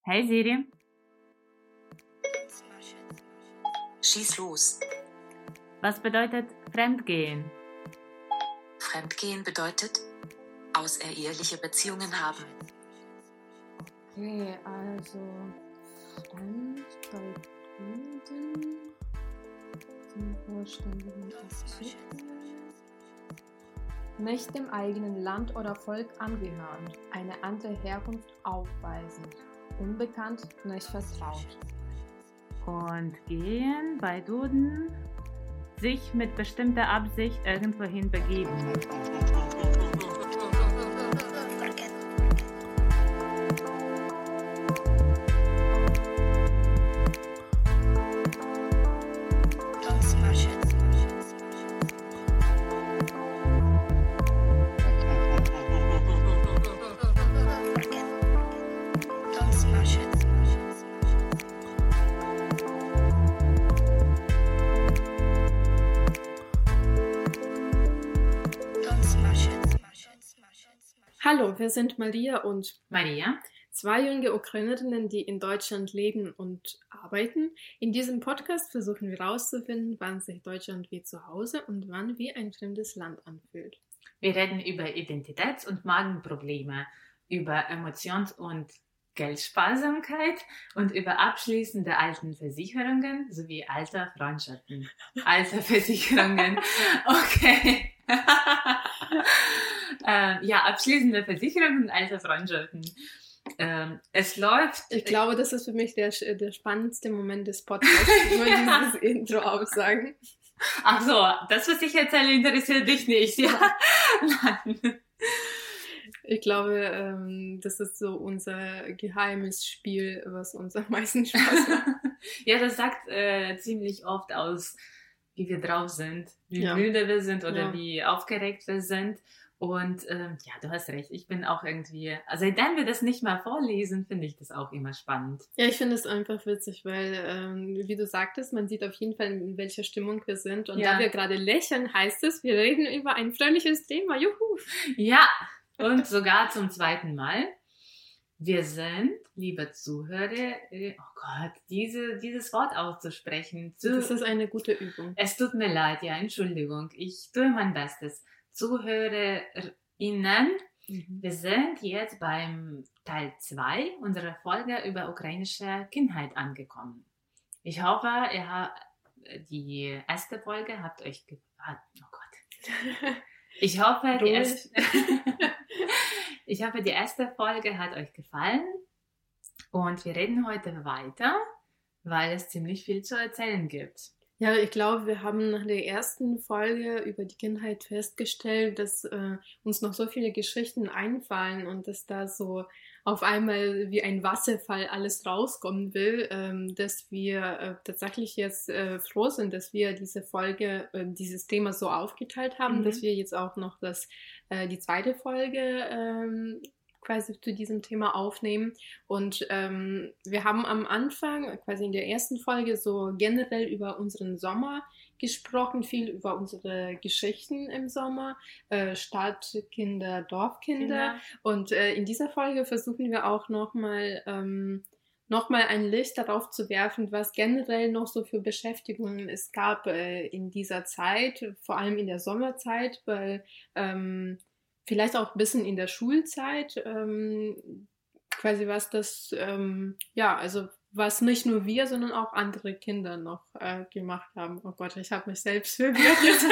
Hey Siri, Schieß los. was bedeutet Fremdgehen? Fremdgehen bedeutet außereheliche Beziehungen haben. Okay, also Fremd bei Kunden zum vollständigen Abzug. Nicht dem eigenen Land oder Volk angehören, eine andere Herkunft aufweisen, unbekannt, nicht vertraut. Und gehen bei Duden, sich mit bestimmter Absicht irgendwohin begeben. Hallo, wir sind Maria und Maria, zwei junge Ukrainerinnen, die in Deutschland leben und arbeiten. In diesem Podcast versuchen wir herauszufinden, wann sich Deutschland wie zu Hause und wann wie ein fremdes Land anfühlt. wir reden über Identitäts- und Magenprobleme, über Emotions- und Geldsparsamkeit und über abschließende Altenversicherungen sowie Alterfreundschaften. Alterversicherungen, okay. Abschließende Versicherungen und Alterfreundschaften. Es läuft. Ich glaube, das ist für mich der spannendste Moment des Podcasts. Nur dieses Intro aufsagen. Ach so, das, was ich erzähle, interessiert dich nicht, ja? Nein. Ich glaube, das ist so unser geheimes Spiel, was uns am meisten Spaß macht. Ja, das sagt ziemlich oft aus, wie wir drauf sind, wie Ja. müde wir sind oder Ja. wie aufgeregt wir sind. Und du hast recht, ich bin auch irgendwie, also seitdem wir das nicht mal vorlesen, finde ich das auch immer spannend. Ja, ich finde es einfach witzig, weil, wie du sagtest, man sieht auf jeden Fall, in welcher Stimmung wir sind. Und Ja. da wir gerade lächeln, heißt es, wir reden über ein fröhliches Thema. Juhu! Ja, und sogar zum zweiten Mal. Wir sind, liebe Zuhörer, oh Gott, dieses Wort auszusprechen. Das ist eine gute Übung. Es tut mir leid, ja, Entschuldigung. Ich tue mein Bestes. ZuhörerInnen, wir sind jetzt beim Teil 2 unserer Folge über ukrainische Kindheit angekommen. Ich hoffe, die erste Folge hat euch gefallen. Oh Gott. Ich hoffe, die erste Folge hat euch gefallen. Und wir reden heute weiter, weil es ziemlich viel zu erzählen gibt. Ja, ich glaube, wir haben nach der ersten Folge über die Kindheit festgestellt, dass uns noch so viele Geschichten einfallen und dass da so auf einmal wie ein Wasserfall alles rauskommen will, dass wir tatsächlich jetzt froh sind, dass wir diese Folge, dieses Thema so aufgeteilt haben, dass wir jetzt auch noch die zweite Folge quasi zu diesem Thema aufnehmen. Und wir haben am Anfang, quasi in der ersten Folge, so generell über unseren Sommer gesprochen, viel über unsere Geschichten im Sommer, Stadtkinder, Dorfkinder. Und in dieser Folge versuchen wir auch nochmal ein Licht darauf zu werfen, was generell noch so für Beschäftigungen es gab in dieser Zeit, vor allem in der Sommerzeit, weil vielleicht auch ein bisschen in der Schulzeit, quasi was das, also was nicht nur wir, sondern auch andere Kinder noch gemacht haben. Oh Gott, ich habe mich selbst verwirrt.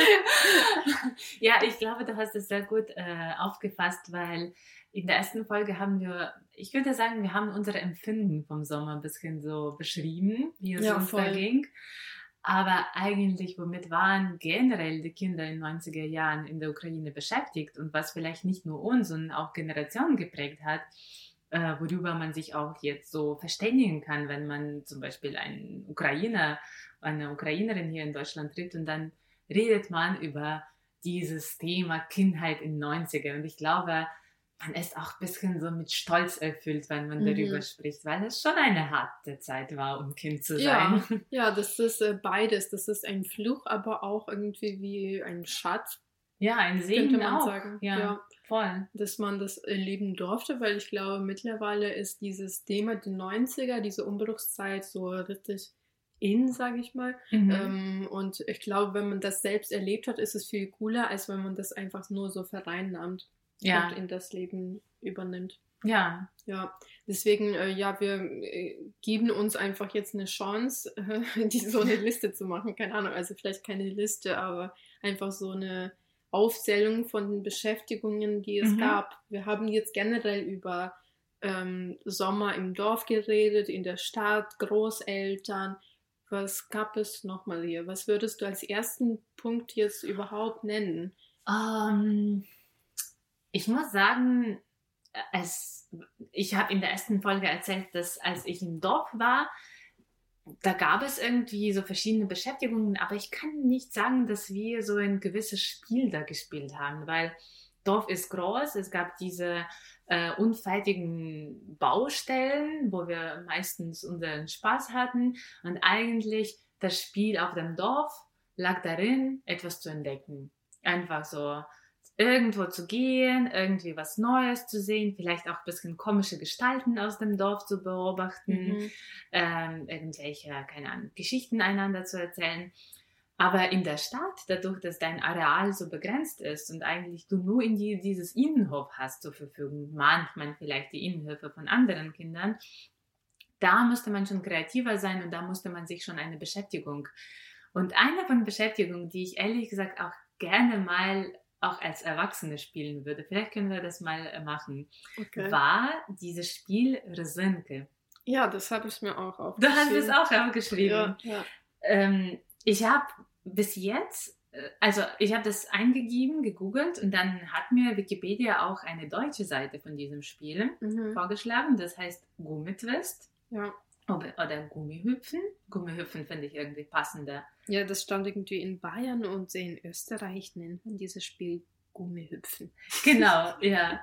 Ja, ich glaube, du hast es sehr gut aufgefasst, weil in der ersten Folge haben wir, ich würde sagen, wir haben unsere Empfinden vom Sommer ein bisschen so beschrieben, wie es uns da ging. Aber eigentlich, womit waren generell die Kinder in den 90er Jahren in der Ukraine beschäftigt und was vielleicht nicht nur uns, sondern auch Generationen geprägt hat, worüber man sich auch jetzt so verständigen kann, wenn man zum Beispiel einen Ukrainer, eine Ukrainerin hier in Deutschland trifft und dann redet man über dieses Thema Kindheit in den 90er. Und ich glaube, man ist auch ein bisschen so mit Stolz erfüllt, wenn man darüber spricht, weil es schon eine harte Zeit war, um Kind zu sein. Ja, das ist beides. Das ist ein Fluch, aber auch irgendwie wie ein Schatz. Ja, ein Segen könnte man auch. sagen. Ja, voll. Dass man das erleben durfte, weil ich glaube, mittlerweile ist dieses Thema die 90er, diese Umbruchszeit so richtig in, sage ich mal. Und ich glaube, wenn man das selbst erlebt hat, ist es viel cooler, als wenn man das einfach nur so vereinnahmt und in das Leben übernimmt. Ja. Ja, deswegen, wir geben uns einfach jetzt eine Chance, so eine Liste zu machen. Keine Ahnung, also vielleicht keine Liste, aber einfach so eine Aufzählung von den Beschäftigungen, die es gab. Wir haben jetzt generell über Sommer im Dorf geredet, in der Stadt, Großeltern. Was gab es nochmal hier? Was würdest du als ersten Punkt jetzt überhaupt nennen? Ich muss sagen, ich habe in der ersten Folge erzählt, dass als ich im Dorf war, da gab es irgendwie so verschiedene Beschäftigungen, aber ich kann nicht sagen, dass wir so ein gewisses Spiel da gespielt haben, weil Dorf ist groß, es gab diese unfertigen Baustellen, wo wir meistens unseren Spaß hatten und eigentlich das Spiel auf dem Dorf lag darin, etwas zu entdecken. Einfach so irgendwo zu gehen, irgendwie was Neues zu sehen, vielleicht auch ein bisschen komische Gestalten aus dem Dorf zu beobachten, irgendwelche, keine Ahnung, Geschichten einander zu erzählen. Aber in der Stadt, dadurch, dass dein Areal so begrenzt ist und eigentlich du nur in dieses Innenhof hast zur Verfügung, manchmal vielleicht die Innenhöfe von anderen Kindern, da musste man schon kreativer sein und da musste man sich schon eine Beschäftigung. Und eine von Beschäftigungen, die ich ehrlich gesagt auch gerne mal auch als Erwachsene spielen würde, vielleicht können wir das mal machen, war dieses Spiel Resenke. Ja, das habe ich mir auch aufgeschrieben. Du hast es auch aufgeschrieben. Ja. Ich habe bis jetzt, also ich habe das eingegeben, gegoogelt und dann hat mir Wikipedia auch eine deutsche Seite von diesem Spiel vorgeschlagen. Das heißt Gummitwist. Ja. Oder Gummihüpfen. Gummihüpfen finde ich irgendwie passender. Ja, das stand irgendwie in Bayern und in Österreich nennt man dieses Spiel Gummihüpfen. Genau, ja.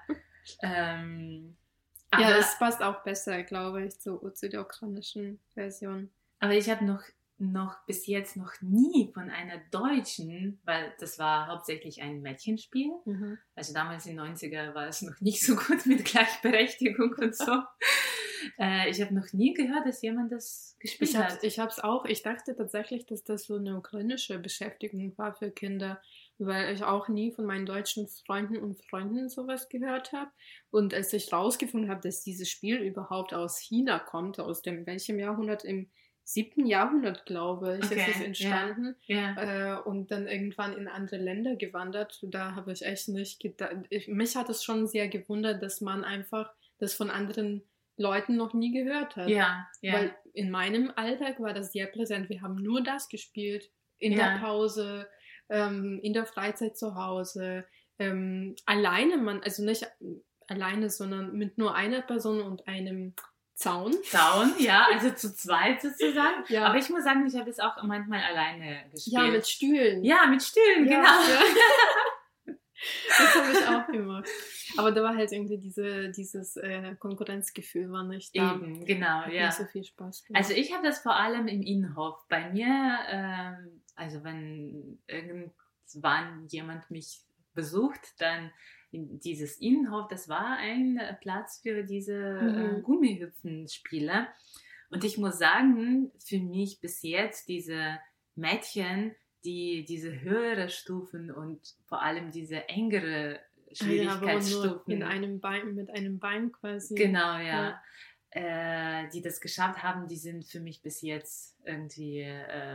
Ja, es passt auch besser, glaube ich, zu der ukrainischen Version. Aber ich habe noch bis jetzt noch nie von einer deutschen, weil das war hauptsächlich ein Mädchenspiel. Also damals in den 90er war es noch nicht so gut mit Gleichberechtigung und so. Ich habe noch nie gehört, dass jemand das gespielt hat. Ich habe es auch. Ich dachte tatsächlich, dass das so eine ukrainische Beschäftigung war für Kinder, weil ich auch nie von meinen deutschen Freunden und Freundinnen sowas gehört habe. Und als ich rausgefunden habe, dass dieses Spiel überhaupt aus China kommt, aus welchem Jahrhundert, im 7. Jahrhundert, glaube ich, ist es entstanden. Ja. Und dann irgendwann in andere Länder gewandert. Da habe ich echt nicht gedacht. Mich hat es schon sehr gewundert, dass man einfach das von anderen Leuten noch nie gehört hat. Ja. Weil in meinem Alltag war das sehr präsent. Wir haben nur das gespielt. In der Pause, in der Freizeit zu Hause. Alleine, also nicht alleine, sondern mit nur einer Person und einem Zaun, ja, also zu zweit sozusagen. Ja. Aber ich muss sagen, ich habe es auch manchmal alleine gespielt. Ja, mit Stühlen. Ja, mit Stühlen, genau. Ja. Das habe ich auch gemacht. Aber da war halt irgendwie dieses Konkurrenzgefühl war nicht da. Eben, genau, hat ja. Nicht so viel Spaß gemacht. Also ich habe das vor allem im Innenhof. Bei mir, also wenn irgendwann jemand mich besucht, dann dieses Innenhof, das war ein Platz für diese Gummihüpfenspiele. Und ich muss sagen, für mich bis jetzt diese Mädchen, die diese höhere Stufen und vor allem diese engere Schwierigkeitsstufen. Mit einem Bein quasi. Genau, ja. Die das geschafft haben, die sind für mich bis jetzt irgendwie,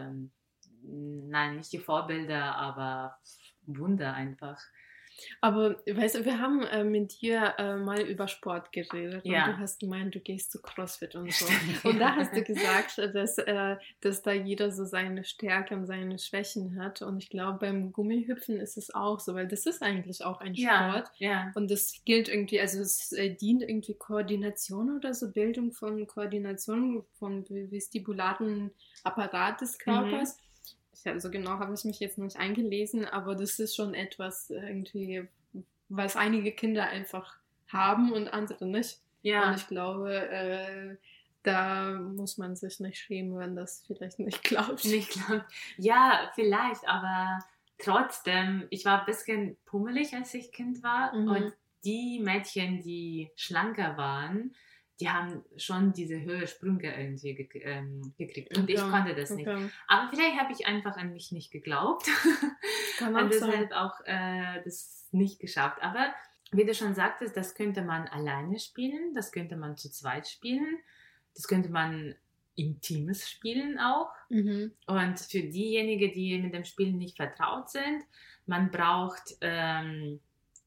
nein, nicht die Vorbilder, aber Wunder einfach. Aber weißt du, wir haben mit dir mal über Sport geredet und du hast gemeint, du gehst zu CrossFit und so. Und da hast du gesagt, dass da jeder so seine Stärken und seine Schwächen hat. Und ich glaube, beim Gummihüpfen ist es auch so, weil das ist eigentlich auch ein Sport. Ja. Und das gilt irgendwie, also es dient irgendwie Koordination oder so, Bildung von Koordination vom vestibulaten Apparat des Körpers. Also genau habe ich mich jetzt nicht eingelesen, aber das ist schon etwas irgendwie, was einige Kinder einfach haben und andere nicht. Ja. Und ich glaube, da muss man sich nicht schämen, wenn das vielleicht nicht klappt. Ja, vielleicht, aber trotzdem, ich war ein bisschen pummelig, als ich Kind war. Mhm. Und die Mädchen, die schlanker waren, die haben schon diese Höhe-Sprünge irgendwie gekriegt. Und ich konnte das nicht. Aber vielleicht habe ich einfach an mich nicht geglaubt. Kann und auch sein. deshalb auch das nicht geschafft. Aber wie du schon sagtest, das könnte man alleine spielen, das könnte man zu zweit spielen, das könnte man intimes spielen auch. Mhm. Und für diejenigen, die mit dem Spielen nicht vertraut sind, man braucht ein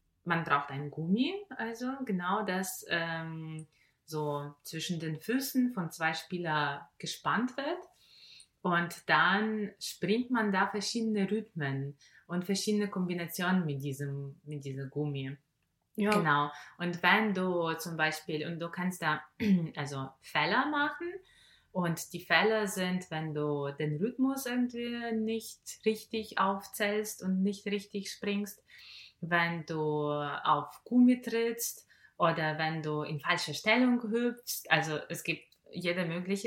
Gummi, also genau das so zwischen den Füßen von 2 Spielern gespannt wird. Und dann springt man da verschiedene Rhythmen und verschiedene Kombinationen mit diesem Gummi. Ja. Genau. Und wenn du zum Beispiel, und du kannst da also Fäller machen, und die Fälle sind, wenn du den Rhythmus irgendwie nicht richtig aufzählst und nicht richtig springst, wenn du auf Gummi trittst oder wenn du in falsche Stellung hüpfst. Also es gibt jede mögliche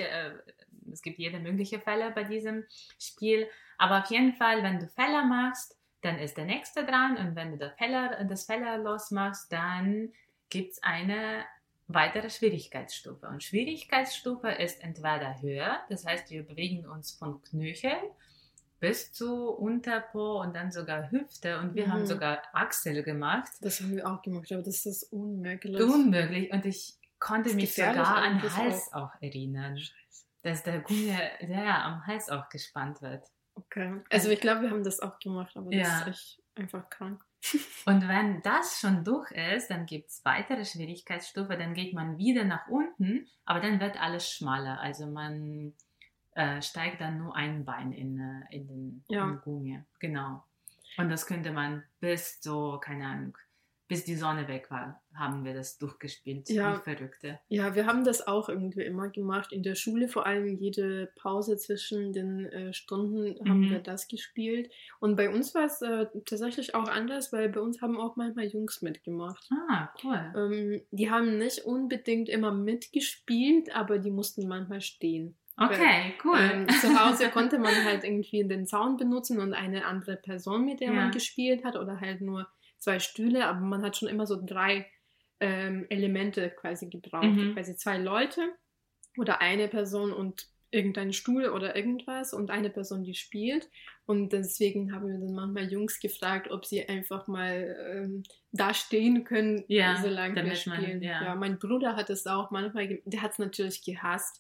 Fälle bei diesem Spiel. Aber auf jeden Fall, wenn du Fälle machst, dann ist der nächste dran. Und wenn du das Fäller losmachst, dann gibt es eine weitere Schwierigkeitsstufe. Und Schwierigkeitsstufe ist entweder höher, das heißt, wir bewegen uns von Knöchel bis zu Unterpo und dann sogar Hüfte. Und wir haben sogar Achsel gemacht. Das haben wir auch gemacht, aber das ist unmöglich. Unmöglich. Und ich konnte mich sogar an den Hals auch erinnern. Scheiße. Dass der Gummi am Hals auch gespannt wird. Okay. Also ich glaube, wir haben das auch gemacht, aber das ist echt einfach krank. Und wenn das schon durch ist, dann gibt es weitere Schwierigkeitsstufe, dann geht man wieder nach unten, aber dann wird alles schmaler. Also man steigt dann nur ein Bein in den Gummi. Genau. Und das könnte man bis so, keine Ahnung, bis die Sonne weg war, haben wir das durchgespielt. Ja. Wie Verrückte. Ja, wir haben das auch irgendwie immer gemacht. In der Schule vor allem jede Pause zwischen den Stunden haben wir das gespielt. Und bei uns war es tatsächlich auch anders, weil bei uns haben auch manchmal Jungs mitgemacht. Ah, cool. Die haben nicht unbedingt immer mitgespielt, aber die mussten manchmal stehen. Okay, cool. Zu Hause konnte man halt irgendwie den Zaun benutzen und eine andere Person, mit der man gespielt hat, oder halt nur 2 Stühle, aber man hat schon immer so 3 Elemente quasi gebraucht. Quasi 2 Leute oder eine Person und irgendein Stuhl oder irgendwas und eine Person, die spielt. Und deswegen haben wir dann manchmal Jungs gefragt, ob sie einfach mal da stehen können, solange wir spielen. Mein Bruder hat es auch manchmal, der hat es natürlich gehasst,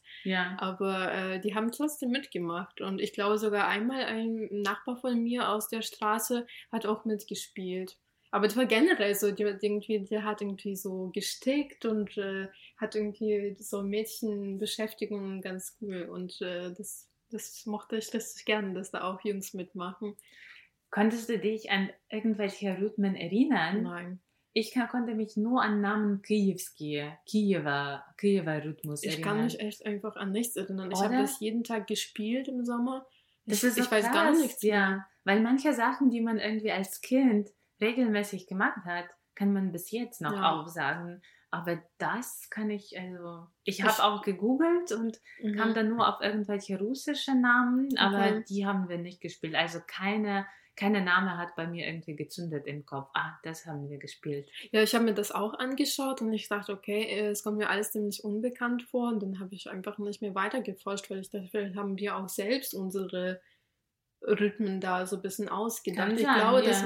aber die haben trotzdem mitgemacht. Und ich glaube sogar einmal ein Nachbar von mir aus der Straße hat auch mitgespielt. Aber das war generell so, der hat irgendwie so gestickt und hat irgendwie so Mädchenbeschäftigungen ganz cool. Und das mochte ich richtig gerne, dass da auch Jungs mitmachen. Konntest du dich an irgendwelche Rhythmen erinnern? Nein. Ich konnte mich nur an Namen Kiewer Rhythmus erinnern. Ich kann mich echt einfach an nichts erinnern. Ich habe das jeden Tag gespielt im Sommer. Ich weiß gar nichts mehr. Weil manche Sachen, die man irgendwie als Kind regelmäßig gemacht hat, kann man bis jetzt noch aufsagen. Aber das kann ich, ich habe auch gegoogelt und kam dann nur auf irgendwelche russische Namen, aber die haben wir nicht gespielt. Also keine Name hat bei mir irgendwie gezündet im Kopf. Das haben wir gespielt. Ja, ich habe mir das auch angeschaut und ich dachte, okay, es kommt mir alles ziemlich unbekannt vor, und dann habe ich einfach nicht mehr weitergeforscht, weil ich dachte, vielleicht haben wir auch selbst unsere Rhythmen da so ein bisschen ausgedacht. Ich glaube, das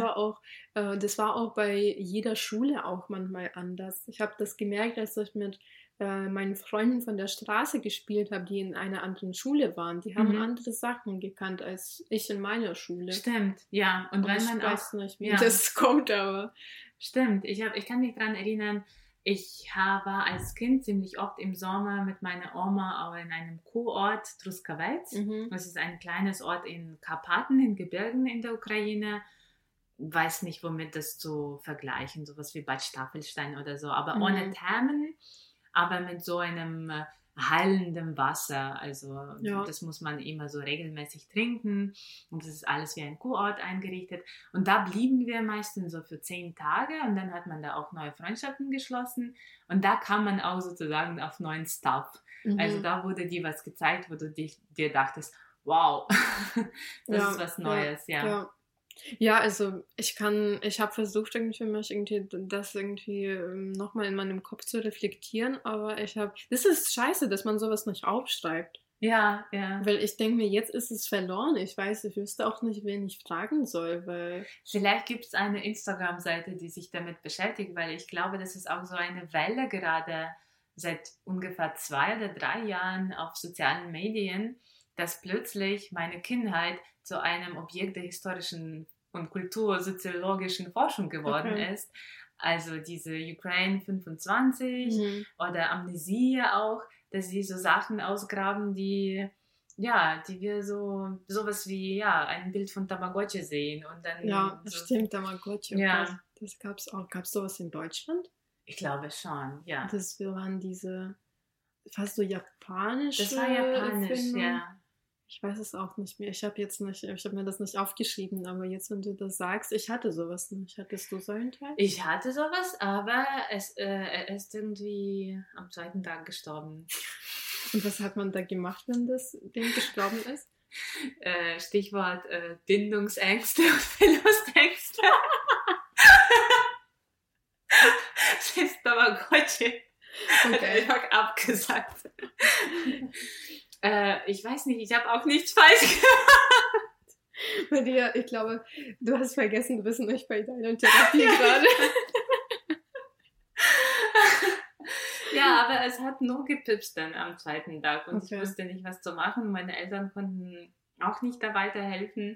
war auch bei jeder Schule auch manchmal anders. Ich habe das gemerkt, als ich mit meinen Freunden von der Straße gespielt habe, die in einer anderen Schule waren. Die haben andere Sachen gekannt als ich in meiner Schule. Stimmt, ja. Und wenn man ich weiß nicht, wie das kommt, aber... Stimmt, ich kann mich daran erinnern, ich war als Kind ziemlich oft im Sommer mit meiner Oma auch in einem Kurort Truskavec. Das ist ein kleines Ort in Karpaten, in Gebirgen in der Ukraine. Weiß nicht, womit das zu vergleichen, sowas wie Bad Staffelstein oder so, aber ohne Thermen, aber mit so einem hallendem Wasser. Also das muss man immer so regelmäßig trinken, und das ist alles wie ein Kurort eingerichtet. Und da blieben wir meistens so für 10 Tage, und dann hat man da auch neue Freundschaften geschlossen, und da kam man auch sozusagen auf neuen Stuff. Also da wurde dir was gezeigt, wo du dir dachtest, wow, das ist was Neues, ja. Ja, also ich habe versucht irgendwie für mich irgendwie das irgendwie nochmal in meinem Kopf zu reflektieren, aber das ist scheiße, dass man sowas nicht aufschreibt. Ja, ja. Weil ich denke mir, jetzt ist es verloren. Ich wüsste auch nicht, wen ich fragen soll, weil... Vielleicht gibt es eine Instagram-Seite, die sich damit beschäftigt, weil ich glaube, das ist auch so eine Welle gerade seit ungefähr 2 oder 3 Jahren auf sozialen Medien, dass plötzlich meine Kindheit zu einem Objekt der historischen und kultursoziologischen Forschung geworden ist. Also diese Ukraine 25 oder Amnesie auch, dass sie so Sachen ausgraben, die wir sowas wie ein Bild von Tamagotchi sehen und dann ja, das stimmt, Tamagotchi. Ja. Das gab's auch. Gab's sowas in Deutschland? Ich glaube schon, ja. Das waren diese fast so japanische. Das war japanisch, Erfindung. ja. Ich weiß es auch nicht mehr. Ich habe mir das nicht aufgeschrieben, aber jetzt, wenn du das sagst, ich hatte sowas nicht. Hattest du so einen Teil? Ich hatte sowas, aber er ist irgendwie am 2. Tag gestorben. Und was hat man da gemacht, wenn das Ding gestorben ist? Stichwort Bindungsängste und Verlustängste. Das ist Tamagotchi. Okay. Ich habe abgesagt. Ich weiß nicht, ich habe auch nichts falsch gemacht. Bei dir, ich glaube, du hast vergessen, du bist nicht bei deiner Therapie gerade. Ja, aber es hat nur gepipst dann am 2. Tag und ich wusste nicht, was zu machen. Meine Eltern konnten auch nicht da weiterhelfen.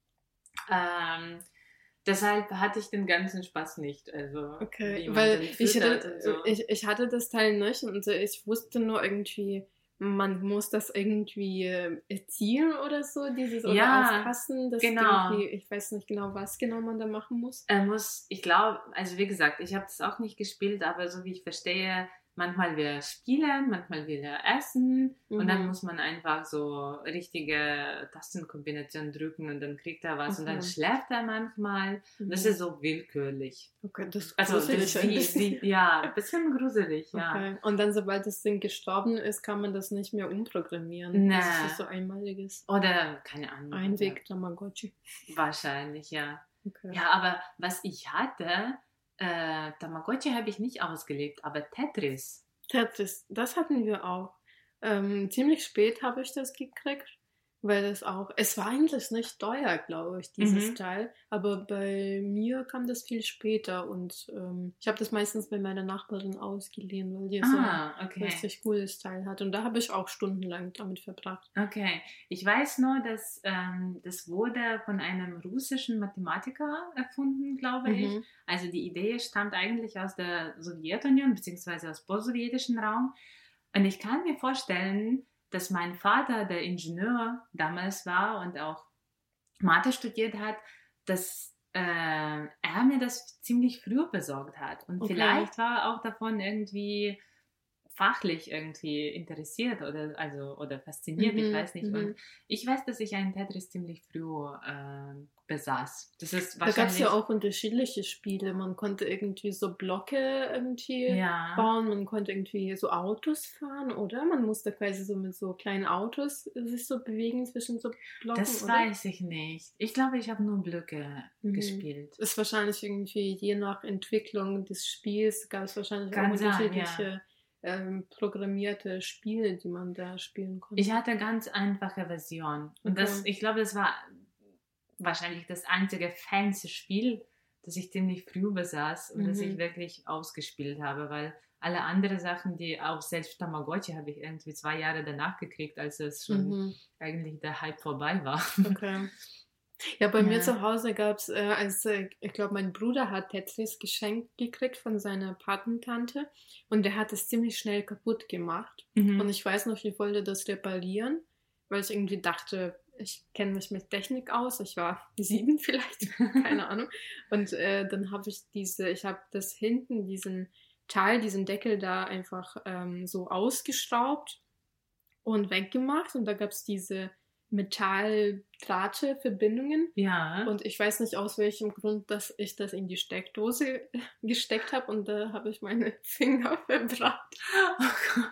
Deshalb hatte ich den ganzen Spaß nicht. Also, weil ich hatte das Teil nicht und ich wusste nur irgendwie, man muss das irgendwie erzielen oder so, oder aufpassen, dass irgendwie, ich weiß nicht genau, was genau man da machen muss. Ich glaube, also wie gesagt, ich habe das auch nicht gespielt, aber so wie ich verstehe, manchmal will er spielen, manchmal will er essen und dann muss man einfach so richtige Tastenkombinationen drücken und dann kriegt er was und dann schläft er manchmal. Das ist so willkürlich. Okay, das ist gruselig. Ein bisschen gruselig, ja. Okay. Und dann, sobald das Ding gestorben ist, kann man das nicht mehr umprogrammieren. Nee. Das ist so einmaliges. Oder, keine Ahnung. Einweg Tamagotchi. Wahrscheinlich, ja. Okay. Ja, aber was ich hatte... Tamagotchi habe ich nicht ausgelebt, aber Tetris, das hatten wir auch. Ziemlich spät habe ich das gekriegt, weil es war eigentlich nicht teuer, glaube ich, dieses Teil, aber bei mir kam das viel später und ich habe das meistens bei meiner Nachbarin ausgeliehen, weil die so ein richtig cooles Teil hat und da habe ich auch stundenlang damit verbracht. Okay, ich weiß nur, dass das wurde von einem russischen Mathematiker erfunden, glaube ich. Also die Idee stammt eigentlich aus der Sowjetunion bzw. aus postsowjetischen Raum und ich kann mir vorstellen, dass mein Vater, der Ingenieur damals war und auch Mathe studiert hat, dass er mir das ziemlich früh besorgt hat. Und vielleicht war er auch davon irgendwie fachlich irgendwie interessiert oder fasziniert, ich weiß nicht. Und ich weiß, dass ich einen Tetris ziemlich früh besaß. Das ist wahrscheinlich... Da gab es ja auch unterschiedliche Spiele. Man konnte irgendwie so Blöcke irgendwie bauen, man konnte irgendwie so Autos fahren, oder? Man musste quasi so mit so kleinen Autos sich so bewegen zwischen so Blöcken, Das weiß ich nicht. Ich glaube, ich habe nur Blöcke gespielt. Ist wahrscheinlich irgendwie je nach Entwicklung des Spiels gab es wahrscheinlich auch unterschiedliche programmierte Spiele, die man da spielen konnte. Ich hatte ganz einfache Version. Und ich glaube, das war wahrscheinlich das einzige fancy Spiel, das ich ziemlich früh besaß und das ich wirklich ausgespielt habe, weil alle anderen Sachen, die auch selbst Tamagotchi habe ich irgendwie 2 Jahre danach gekriegt, als es schon eigentlich der Hype vorbei war. Okay. Ja, bei mir zu Hause gab es, ich glaube, mein Bruder hat Tetris geschenkt gekriegt von seiner Patentante und der hat es ziemlich schnell kaputt gemacht. Und ich weiß noch, ich wollte das reparieren, weil ich irgendwie dachte, ich kenne mich mit Technik aus. Ich war 7 vielleicht, keine Ahnung. Und dann habe ich habe das hinten, diesen Deckel da einfach so ausgeschraubt und weggemacht und da gab es diese Metalldrahtverbindungen. Ja. Und ich weiß nicht aus welchem Grund, dass ich das in die Steckdose gesteckt habe und da habe ich meine Finger verbrannt. Oh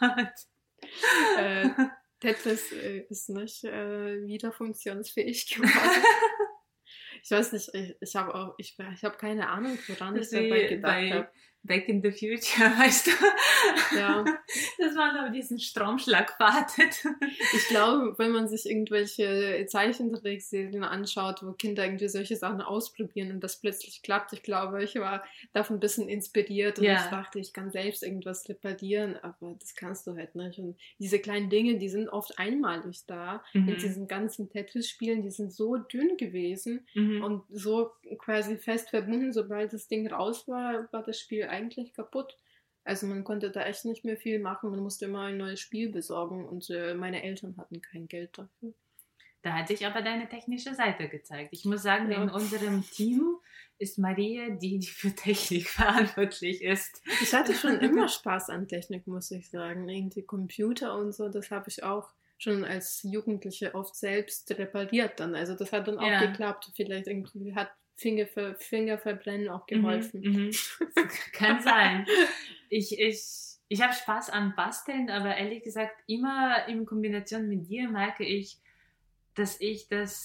Gott. Tetris ist nicht wieder funktionsfähig geworden. Ich weiß nicht, ich habe keine Ahnung, woran ich dabei gedacht habe. Back in the Future, weißt du? Ja. Dass man auf diesen Stromschlag wartet. Ich glaube, wenn man sich irgendwelche Zeichentrickserien anschaut, wo Kinder irgendwie solche Sachen ausprobieren und das plötzlich klappt, ich glaube, ich war davon ein bisschen inspiriert und ich dachte, ich kann selbst irgendwas reparieren, aber das kannst du halt nicht. Und diese kleinen Dinge, die sind oft einmalig da. In diesen ganzen Tetris-Spielen, die sind so dünn gewesen und so quasi fest verbunden, sobald das Ding raus war, war das Spiel eigentlich kaputt. Also man konnte da echt nicht mehr viel machen, man musste immer ein neues Spiel besorgen und meine Eltern hatten kein Geld dafür. Da hat sich aber deine technische Seite gezeigt. Ich muss sagen, in unserem Team ist Maria die für Technik verantwortlich ist. Ich hatte schon immer Spaß an Technik, muss ich sagen. Irgendwie Computer und so, das habe ich auch schon als Jugendliche oft selbst repariert dann. Also das hat dann auch geklappt. Vielleicht irgendwie hat Fingerverbrennen auch geholfen. Kann sein. Ich habe Spaß am Basteln, aber ehrlich gesagt, immer in Kombination mit dir merke ich, dass ich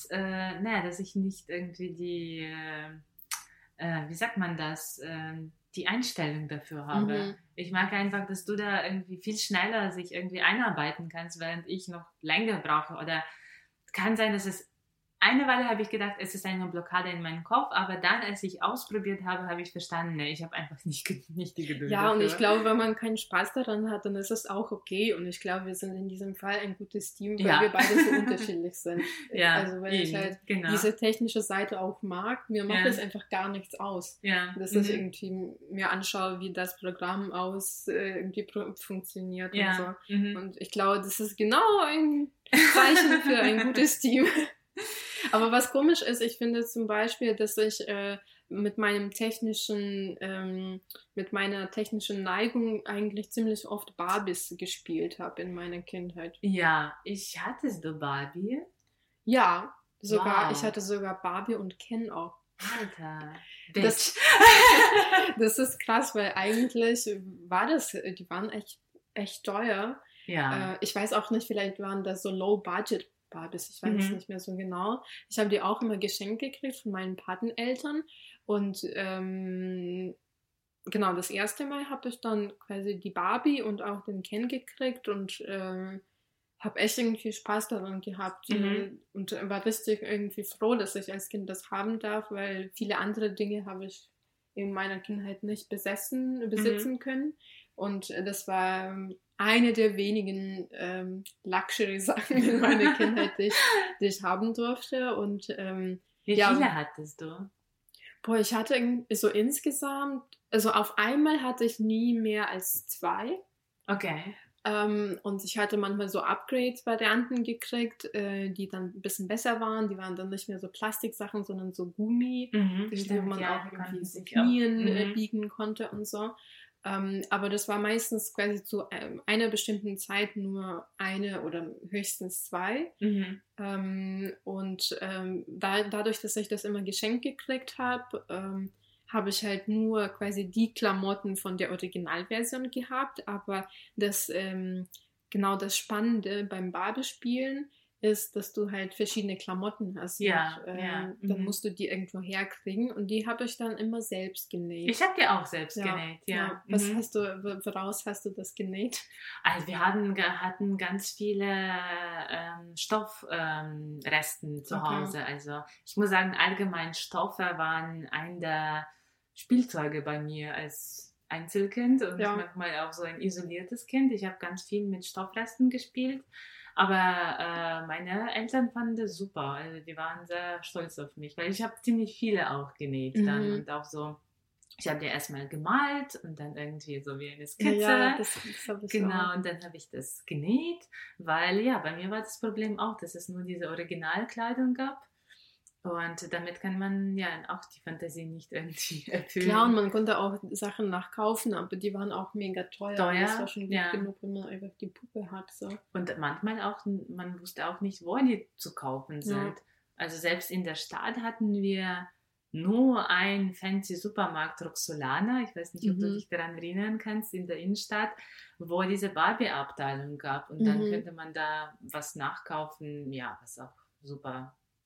nicht irgendwie die, wie sagt man das, die Einstellung dafür habe. Ich mag einfach, dass du da irgendwie viel schneller sich irgendwie einarbeiten kannst, während ich noch länger brauche. Oder kann sein, dass es eine Weile habe ich gedacht, es ist eine Blockade in meinem Kopf, aber dann, als ich ausprobiert habe, habe ich verstanden, ich habe einfach nicht die Geduld Ja, dafür. und ich glaube, wenn man keinen Spaß daran hat, dann ist es auch okay. Und ich glaube, wir sind in diesem Fall ein gutes Team, weil wir beide so unterschiedlich sind. Also wenn ich halt diese technische Seite auch mag, mir macht es einfach gar nichts aus. Dass ich irgendwie mir anschaue, wie das Programm irgendwie funktioniert und so. Und ich glaube, das ist genau ein Zeichen für ein gutes Team. Aber was komisch ist, ich finde zum Beispiel, dass ich mit meiner technischen Neigung eigentlich ziemlich oft Barbies gespielt habe in meiner Kindheit. Ja, hattest du Barbie? Ja, sogar. Wow. Ich hatte sogar Barbie und Ken auch. Alter, das ist krass, weil eigentlich die waren echt teuer. Ja. Ich weiß auch nicht, vielleicht waren das so Low-Budget Barbies, ich weiß es nicht mehr so genau. Ich habe die auch immer geschenkt gekriegt von meinen Pateneltern und genau, das erste Mal habe ich dann quasi die Barbie und auch den Ken gekriegt und habe echt irgendwie Spaß daran gehabt und war richtig irgendwie froh, dass ich als Kind das haben darf, weil viele andere Dinge habe ich in meiner Kindheit nicht besitzen können und das war eine der wenigen Luxury-Sachen in meiner Kindheit, die ich haben durfte. Und, wie viele hattest du? Boah, ich hatte so insgesamt, also auf einmal hatte ich nie mehr als 2. Okay. Und ich hatte manchmal so Upgrades-Varianten gekriegt, die dann ein bisschen besser waren. Die waren dann nicht mehr so Plastiksachen, sondern so Gummi, wo man auch irgendwie so Knien biegen konnte und so. Aber das war meistens quasi zu einer bestimmten Zeit nur eine oder höchstens 2. Dadurch, dass ich das immer geschenkt gekriegt habe, habe ich halt nur quasi die Klamotten von der Originalversion gehabt. Aber das Spannende beim Barbie-Spielen ist, dass du halt verschiedene Klamotten hast. Ja, und, dann musst du die irgendwo herkriegen und die habe ich dann immer selbst genäht. Ich habe die auch selbst genäht, ja. Woraus hast du das genäht? Also wir hatten ganz viele Stoffresten zu Hause. Also ich muss sagen, allgemein Stoffe waren ein der Spielzeuge bei mir als Einzelkind und manchmal auch so ein isoliertes Kind. Ich habe ganz viel mit Stoffresten gespielt. Aber meine Eltern fanden das super. Also die waren sehr stolz auf mich, weil ich habe ziemlich viele auch genäht dann und auch so. Ich habe die erstmal gemalt und dann irgendwie so wie eine Skizze. Ja, das habe ich genau, und dann habe ich das genäht, weil bei mir war das Problem auch, dass es nur diese Originalkleidung gab. Und damit kann man auch die Fantasie nicht irgendwie erfüllen. Klar, und man konnte auch Sachen nachkaufen, aber die waren auch mega teuer. Das war schon gut genug, wenn man einfach die Puppe hat. So. Und manchmal auch, man wusste auch nicht, wo die zu kaufen sind. Ja. Also selbst in der Stadt hatten wir nur einen fancy Supermarkt, Roxolana, ich weiß nicht, ob du dich daran erinnern kannst, in der Innenstadt, wo diese Barbie-Abteilung gab. Und dann könnte man da was nachkaufen, was auch super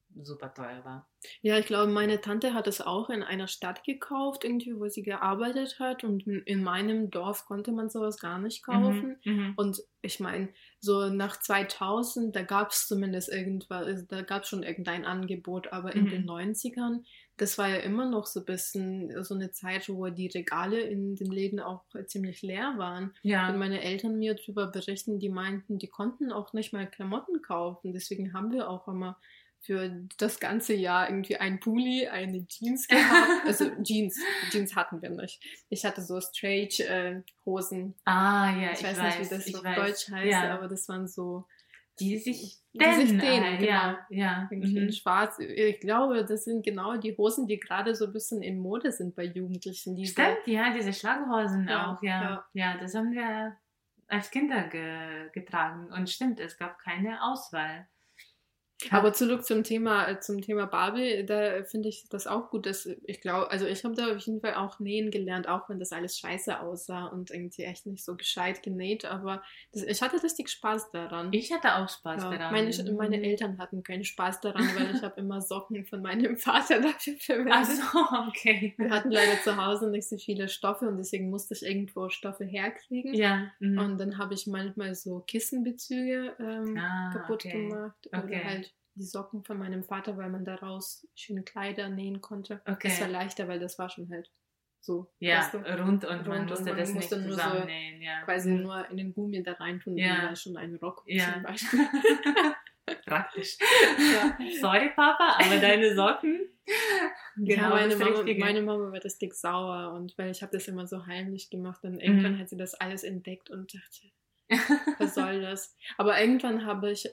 super teuer war. Ja, ich glaube, meine Tante hat es auch in einer Stadt gekauft, irgendwie, wo sie gearbeitet hat. Und in meinem Dorf konnte man sowas gar nicht kaufen. Und ich meine, so nach 2000, da gab es zumindest irgendwas, da gab es schon irgendein Angebot. Aber in den 90ern, das war ja immer noch so ein bisschen so eine Zeit, wo die Regale in den Läden auch ziemlich leer waren. Ja. Wenn meine Eltern mir darüber berichten, die meinten, die konnten auch nicht mal Klamotten kaufen. Deswegen haben wir auch immer für das ganze Jahr irgendwie ein Pulli, eine Jeans gehabt. Also Jeans hatten wir nicht. Ich hatte so Straight-Hosen. Ja, ich weiß nicht, wie das auf Deutsch heißt, aber das waren so... Die sich dehnen, genau. Ja. In schwarz. Ich glaube, das sind genau die Hosen, die gerade so ein bisschen in Mode sind bei Jugendlichen. Stimmt, ja, diese Schlaghosen auch, ja. Ja, das haben wir als Kinder getragen. Und stimmt, es gab keine Auswahl. Aber zurück zum Thema Barbie, da finde ich das auch gut, dass ich glaube, also ich habe da auf jeden Fall auch nähen gelernt, auch wenn das alles scheiße aussah und irgendwie echt nicht so gescheit genäht, aber ich hatte richtig Spaß daran. Ich hatte auch Spaß daran. Meine Eltern hatten keinen Spaß daran, weil ich habe immer Socken von meinem Vater dafür verwendet. Ach so, okay. Wir hatten leider zu Hause nicht so viele Stoffe und deswegen musste ich irgendwo Stoffe herkriegen. Ja. Und dann habe ich manchmal so Kissenbezüge kaputt gemacht oder halt die Socken von meinem Vater, weil man daraus schöne Kleider nähen konnte. Okay. Das war leichter, weil das war schon halt so. Ja, weißt du, rund und man musste das nicht zusammennähen. So quasi nur in den Gummi da rein tun, wie war schon ein Rock zum Beispiel. Praktisch. Ja. Sorry, Papa, aber deine Socken... Genau, meine Mama war das dick sauer und weil ich habe das immer so heimlich gemacht und irgendwann hat sie das alles entdeckt und dachte, was soll das? Aber irgendwann habe ich...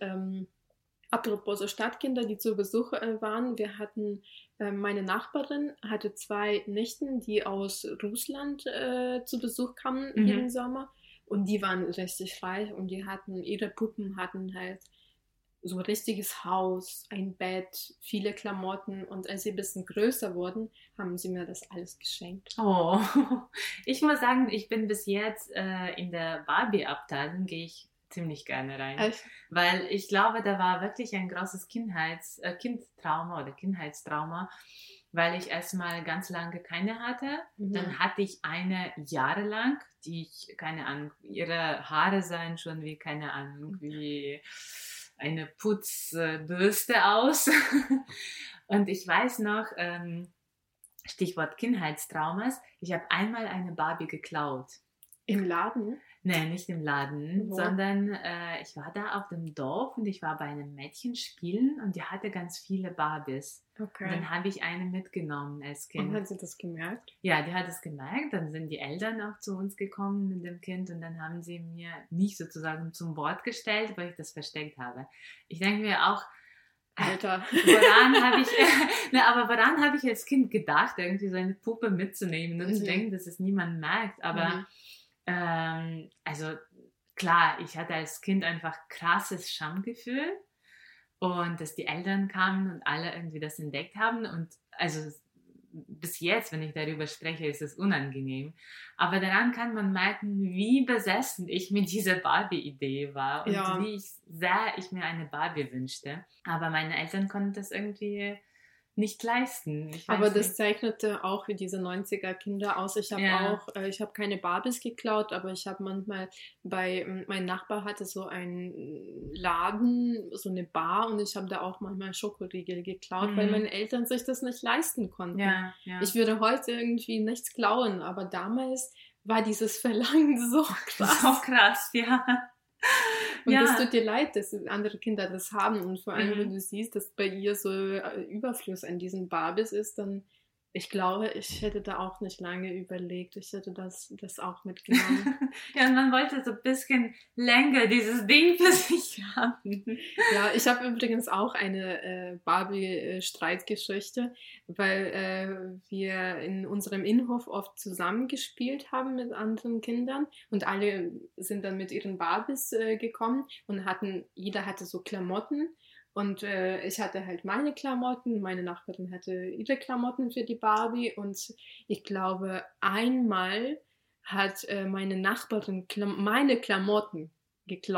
apropos so Stadtkinder, die zu Besuch waren, wir hatten, meine Nachbarin hatte 2 Nichten, die aus Russland zu Besuch kamen jeden Sommer und die waren richtig reich und ihre Puppen hatten halt so ein richtiges Haus, ein Bett, viele Klamotten und als sie ein bisschen größer wurden, haben sie mir das alles geschenkt. Oh, ich muss sagen, ich bin bis jetzt in der Barbie-Abteilung, gehe ich ziemlich gerne rein. Echt? Weil ich glaube, da war wirklich ein großes Kindheitstrauma, weil ich erstmal ganz lange keine hatte. Dann hatte ich eine jahrelang, die ich, keine Ahnung, ihre Haare sahen schon wie, keine Ahnung, wie eine Putzbürste aus. Und ich weiß noch, Stichwort Kindheitstraumas, ich habe einmal eine Barbie geklaut. Im Laden? Nein, nicht im Laden, sondern ich war da auf dem Dorf und ich war bei einem Mädchen spielen und die hatte ganz viele Barbies. Okay. Und dann habe ich eine mitgenommen als Kind. Und hat sie das gemerkt? Ja, die hat es gemerkt. Dann sind die Eltern auch zu uns gekommen mit dem Kind und dann haben sie mich sozusagen zum Wort gestellt, weil ich das versteckt habe. Ich denke mir auch, Alter, woran habe ich als Kind gedacht, irgendwie so eine Puppe mitzunehmen und zu denken, dass es niemand merkt, aber also klar, ich hatte als Kind einfach krasses Schamgefühl und dass die Eltern kamen und alle irgendwie das entdeckt haben und also bis jetzt, wenn ich darüber spreche, ist es unangenehm. Aber daran kann man merken, wie besessen ich mit dieser Barbie-Idee war und wie sehr ich mir eine Barbie wünschte. Aber meine Eltern konnten das irgendwie nicht leisten. Aber das zeichnete auch für diese 90er-Kinder aus. Ich habe ich habe keine Barbies geklaut, aber ich habe manchmal mein Nachbar hatte so einen Laden, so eine Bar und ich habe da auch manchmal Schokoriegel geklaut, weil meine Eltern sich das nicht leisten konnten. Ja. Ich würde heute irgendwie nichts klauen, aber damals war dieses Verlangen so krass. So krass, ja. Und das tut dir leid, dass andere Kinder das haben. Und vor allem, wenn du siehst, dass bei ihr so Überfluss an diesen Barbies ist, dann, ich glaube, ich hätte da auch nicht lange überlegt. Ich hätte das auch mitgenommen. Ja, und man wollte so ein bisschen länger dieses Ding für sich haben. Ja, ich habe übrigens auch eine Barbie-Streitgeschichte, weil wir in unserem Innenhof oft zusammengespielt haben mit anderen Kindern und alle sind dann mit ihren Barbies gekommen und jeder hatte so Klamotten. Und ich hatte halt meine Klamotten, meine Nachbarin hatte ihre Klamotten für die Barbie und ich glaube, einmal hat meine Nachbarin meine Klamotten geklaut.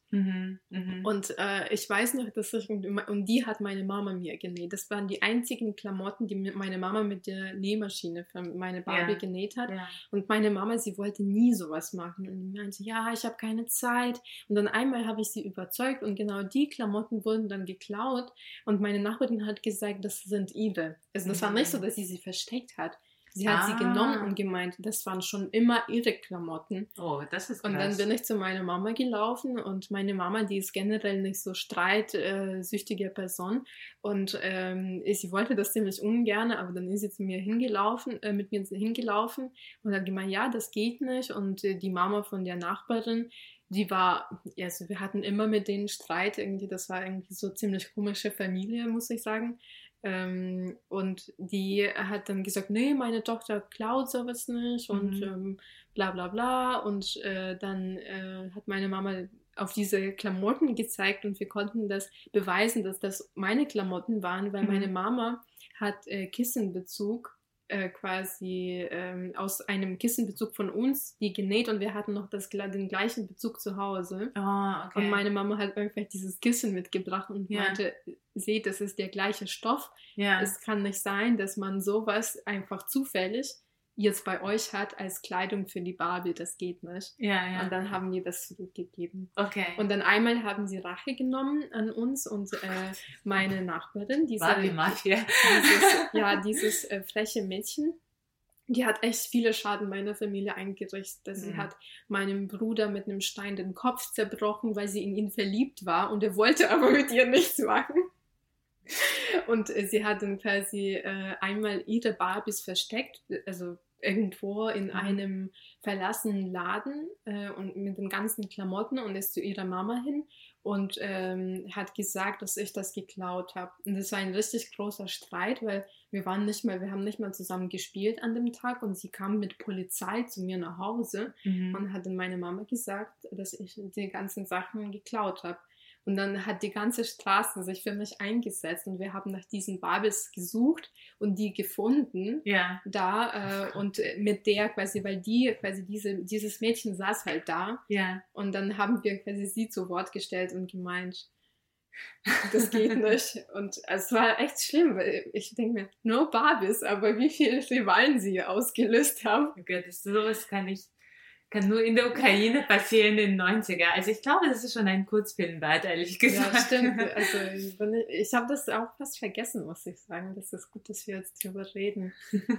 Und ich weiß noch, und die hat meine Mama mir genäht. Das waren die einzigen Klamotten, die meine Mama mit der Nähmaschine für meine Barbie genäht hat. Ja. Und meine Mama, sie wollte nie sowas machen. Und die meinte, ja, ich habe keine Zeit. Und dann einmal habe ich sie überzeugt und genau die Klamotten wurden dann geklaut. Und meine Nachbarin hat gesagt, das sind ihre. Also das war nicht so, dass sie versteckt hat. Sie hat sie genommen und gemeint, das waren schon immer ihre Klamotten. Oh, das ist krass. Und dann bin ich zu meiner Mama gelaufen und meine Mama, die ist generell nicht so streitsüchtige Person und sie wollte das ziemlich ungern, aber dann ist sie zu mir mit mir hingelaufen und hat gemeint, ja, das geht nicht und die Mama von der Nachbarin, die war, also wir hatten immer mit denen Streit, irgendwie, das war irgendwie so ziemlich komische Familie, muss ich sagen. Und die hat dann gesagt, nee, meine Tochter klaut sowas nicht und bla bla bla und dann hat meine Mama auf diese Klamotten gezeigt und wir konnten das beweisen, dass das meine Klamotten waren, weil meine Mama hat Kissenbezug quasi aus einem Kissenbezug von uns, die genäht und wir hatten noch den gleichen Bezug zu Hause. Okay. Und meine Mama hat einfach dieses Kissen mitgebracht und meinte, seht, das ist der gleiche Stoff. Ja. Es kann nicht sein, dass man sowas einfach zufällig jetzt bei euch hat als Kleidung für die Barbie, das geht nicht. Ja. Und dann haben die das zurückgegeben. Okay. Und dann einmal haben sie Rache genommen an uns und meine Nachbarin, Barbie-Mafia. dieses freche Mädchen, die hat echt viele Schaden meiner Familie eingerichtet. Sie hat meinem Bruder mit einem Stein den Kopf zerbrochen, weil sie in ihn verliebt war und er wollte aber mit ihr nichts machen. Und sie hat dann quasi einmal ihre Barbies versteckt, also irgendwo in einem verlassenen Laden und mit den ganzen Klamotten und ist zu ihrer Mama hin und hat gesagt, dass ich das geklaut habe. Und das war ein richtig großer Streit, weil wir haben nicht mal zusammen gespielt an dem Tag und sie kam mit Polizei zu mir nach Hause und hat dann meine Mama gesagt, dass ich die ganzen Sachen geklaut habe. Und dann hat die ganze Straße sich für mich eingesetzt und wir haben nach diesen Barbies gesucht und die gefunden und mit der quasi, weil dieses Mädchen saß halt da und dann haben wir quasi sie zu Wort gestellt und gemeint, das geht nicht und es war echt schlimm, weil ich denke mir, nur Barbies, aber wie viele Rivalen sie ausgelöst haben. Oh Gott, sowas kann nur in der Ukraine passieren in den 90er. Also ich glaube, das ist schon ein Kurzfilm wert, ehrlich gesagt. Ja, stimmt. Also ich habe das auch fast vergessen, muss ich sagen. Das ist gut, dass wir jetzt drüber reden.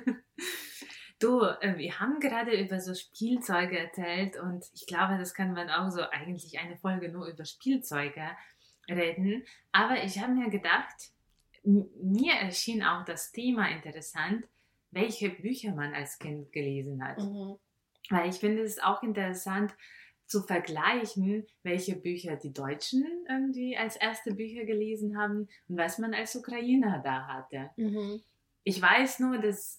Du, wir haben gerade über so Spielzeuge erzählt und ich glaube, das kann man auch so eigentlich eine Folge nur über Spielzeuge reden. Aber ich habe mir gedacht, mir erschien auch das Thema interessant, welche Bücher man als Kind gelesen hat. Weil ich finde es auch interessant zu vergleichen, welche Bücher die Deutschen irgendwie als erste Bücher gelesen haben und was man als Ukrainer da hatte. Ich weiß nur, dass,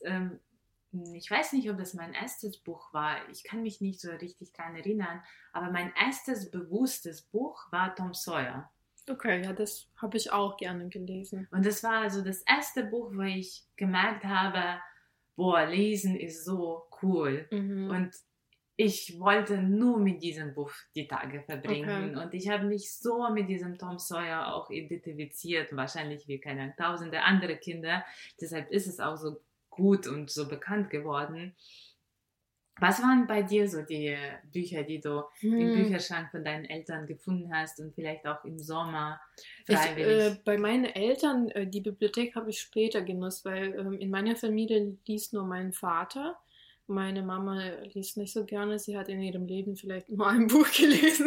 ich weiß nicht, ob das mein erstes Buch war, ich kann mich nicht so richtig daran erinnern, aber mein erstes bewusstes Buch war Tom Sawyer. Okay, ja, das habe ich auch gerne gelesen. Und das war also das erste Buch, wo ich gemerkt habe, boah, Lesen ist so cool. Und ich wollte nur mit diesem Buch die Tage verbringen. Und ich habe mich so mit diesem Tom Sawyer auch identifiziert, wahrscheinlich wie keine tausende andere Kinder. Deshalb ist es auch so gut und so bekannt geworden. Was waren bei dir so die Bücher, die du im Bücherschrank von deinen Eltern gefunden hast und vielleicht auch im Sommer freiwillig? Bei meinen Eltern, die Bibliothek habe ich später genutzt, weil in meiner Familie liest nur mein Vater. Meine Mama liest nicht so gerne, sie hat in ihrem Leben vielleicht nur ein Buch gelesen.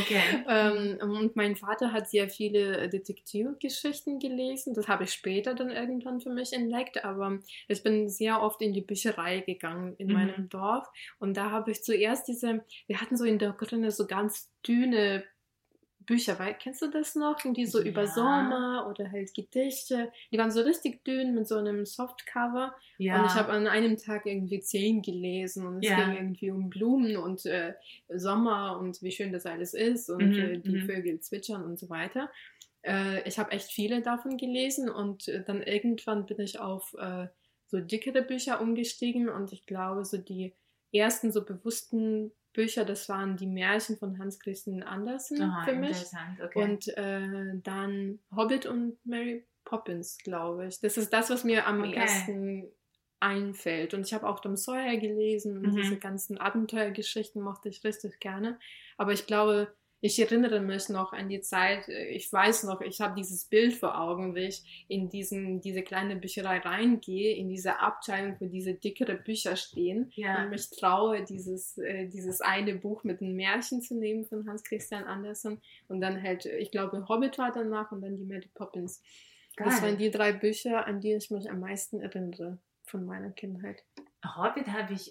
Okay. Und mein Vater hat sehr viele Detektivgeschichten gelesen. Das habe ich später dann irgendwann für mich entdeckt, aber ich bin sehr oft in die Bücherei gegangen in meinem Dorf und da habe ich zuerst wir hatten so in der Grunde so ganz dünne Bücher, kennst du das noch? Die so über Sommer oder halt Gedichte. Die waren so richtig dünn mit so einem Softcover. Ja. Und ich habe an einem Tag irgendwie 10 gelesen und es ging irgendwie um Blumen und Sommer und wie schön das alles ist und die Vögel zwitschern und so weiter. Ich habe echt viele davon gelesen und dann irgendwann bin ich auf so dickere Bücher umgestiegen und ich glaube, so die ersten so bewussten Bücher, das waren die Märchen von Hans Christian Andersen für mich. Interessant, okay. Und dann Hobbit und Mary Poppins, glaube ich. Das ist das, was mir am ersten einfällt. Und ich habe auch Tom Sawyer gelesen und diese ganzen Abenteuergeschichten mochte ich richtig gerne. Aber ich glaube, ich erinnere mich noch an die Zeit, ich weiß noch, ich habe dieses Bild vor Augen, wie ich in diese kleine Bücherei reingehe, in diese Abteilung, wo diese dickere Bücher stehen und mich traue, dieses eine Buch mit den Märchen zu nehmen von Hans Christian Andersen und dann halt, ich glaube, Hobbit war danach und dann die Mary Poppins. Geil. Das waren die 3 Bücher, an die ich mich am meisten erinnere von meiner Kindheit. Hobbit habe ich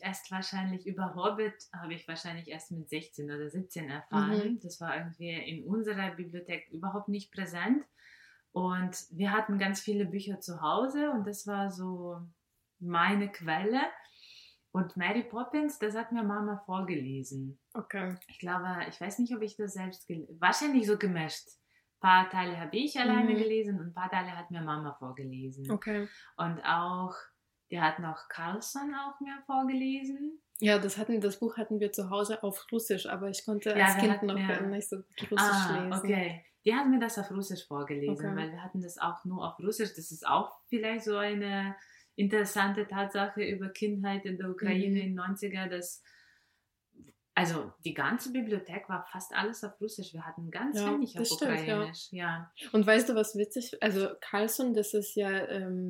wahrscheinlich erst mit 16 oder 17 erfahren. Das war irgendwie in unserer Bibliothek überhaupt nicht präsent. Und wir hatten ganz viele Bücher zu Hause und das war so meine Quelle. Und Mary Poppins, das hat mir Mama vorgelesen. Okay. Ich glaube, ich weiß nicht, ob ich das selbst wahrscheinlich so gemischt. Ein paar Teile habe ich alleine gelesen und ein paar Teile hat mir Mama vorgelesen. Okay. Und auch die hat noch Carlson auch mir vorgelesen. Ja, das Buch hatten wir zu Hause auf Russisch, aber ich konnte als Kind noch nicht so Russisch lesen. Okay. Die hat mir das auf Russisch vorgelesen, weil wir hatten das auch nur auf Russisch. Das ist auch vielleicht so eine interessante Tatsache über Kindheit in der Ukraine in den 90er, dass also die ganze Bibliothek war fast alles auf Russisch. Wir hatten ganz wenig auf Ukrainisch. Ja. Und weißt du, was witzig? Also Carlson, das ist ja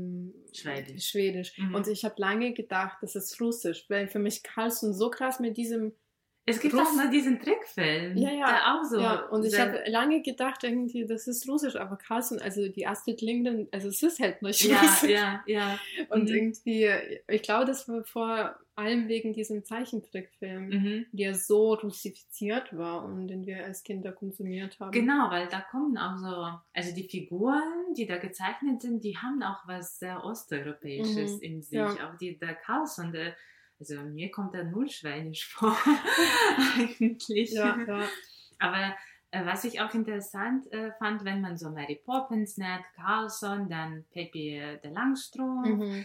Schwedisch. Und ich habe lange gedacht, das ist Russisch, weil für mich Carlson so krass mit diesem Es gibt auch mal diesen Trickfilm, der auch so... Ja, und ich habe lange gedacht, irgendwie, das ist Russisch, aber Carlson, also die Astrid Lindgren, also es ist halt nicht Russisch. Ja. Und irgendwie, ich glaube, das war vor allem wegen diesem Zeichentrickfilm, der so russifiziert war und den wir als Kinder konsumiert haben. Genau, weil da kommen auch so, also die Figuren, die da gezeichnet sind, die haben auch was sehr Osteuropäisches in sich. Auch der Carlson, also mir kommt da null Schweinisch vor, eigentlich. Ja. Aber was ich auch interessant fand, wenn man so Mary Poppins nennt, Carlson, dann Pippi der Langstrumpf,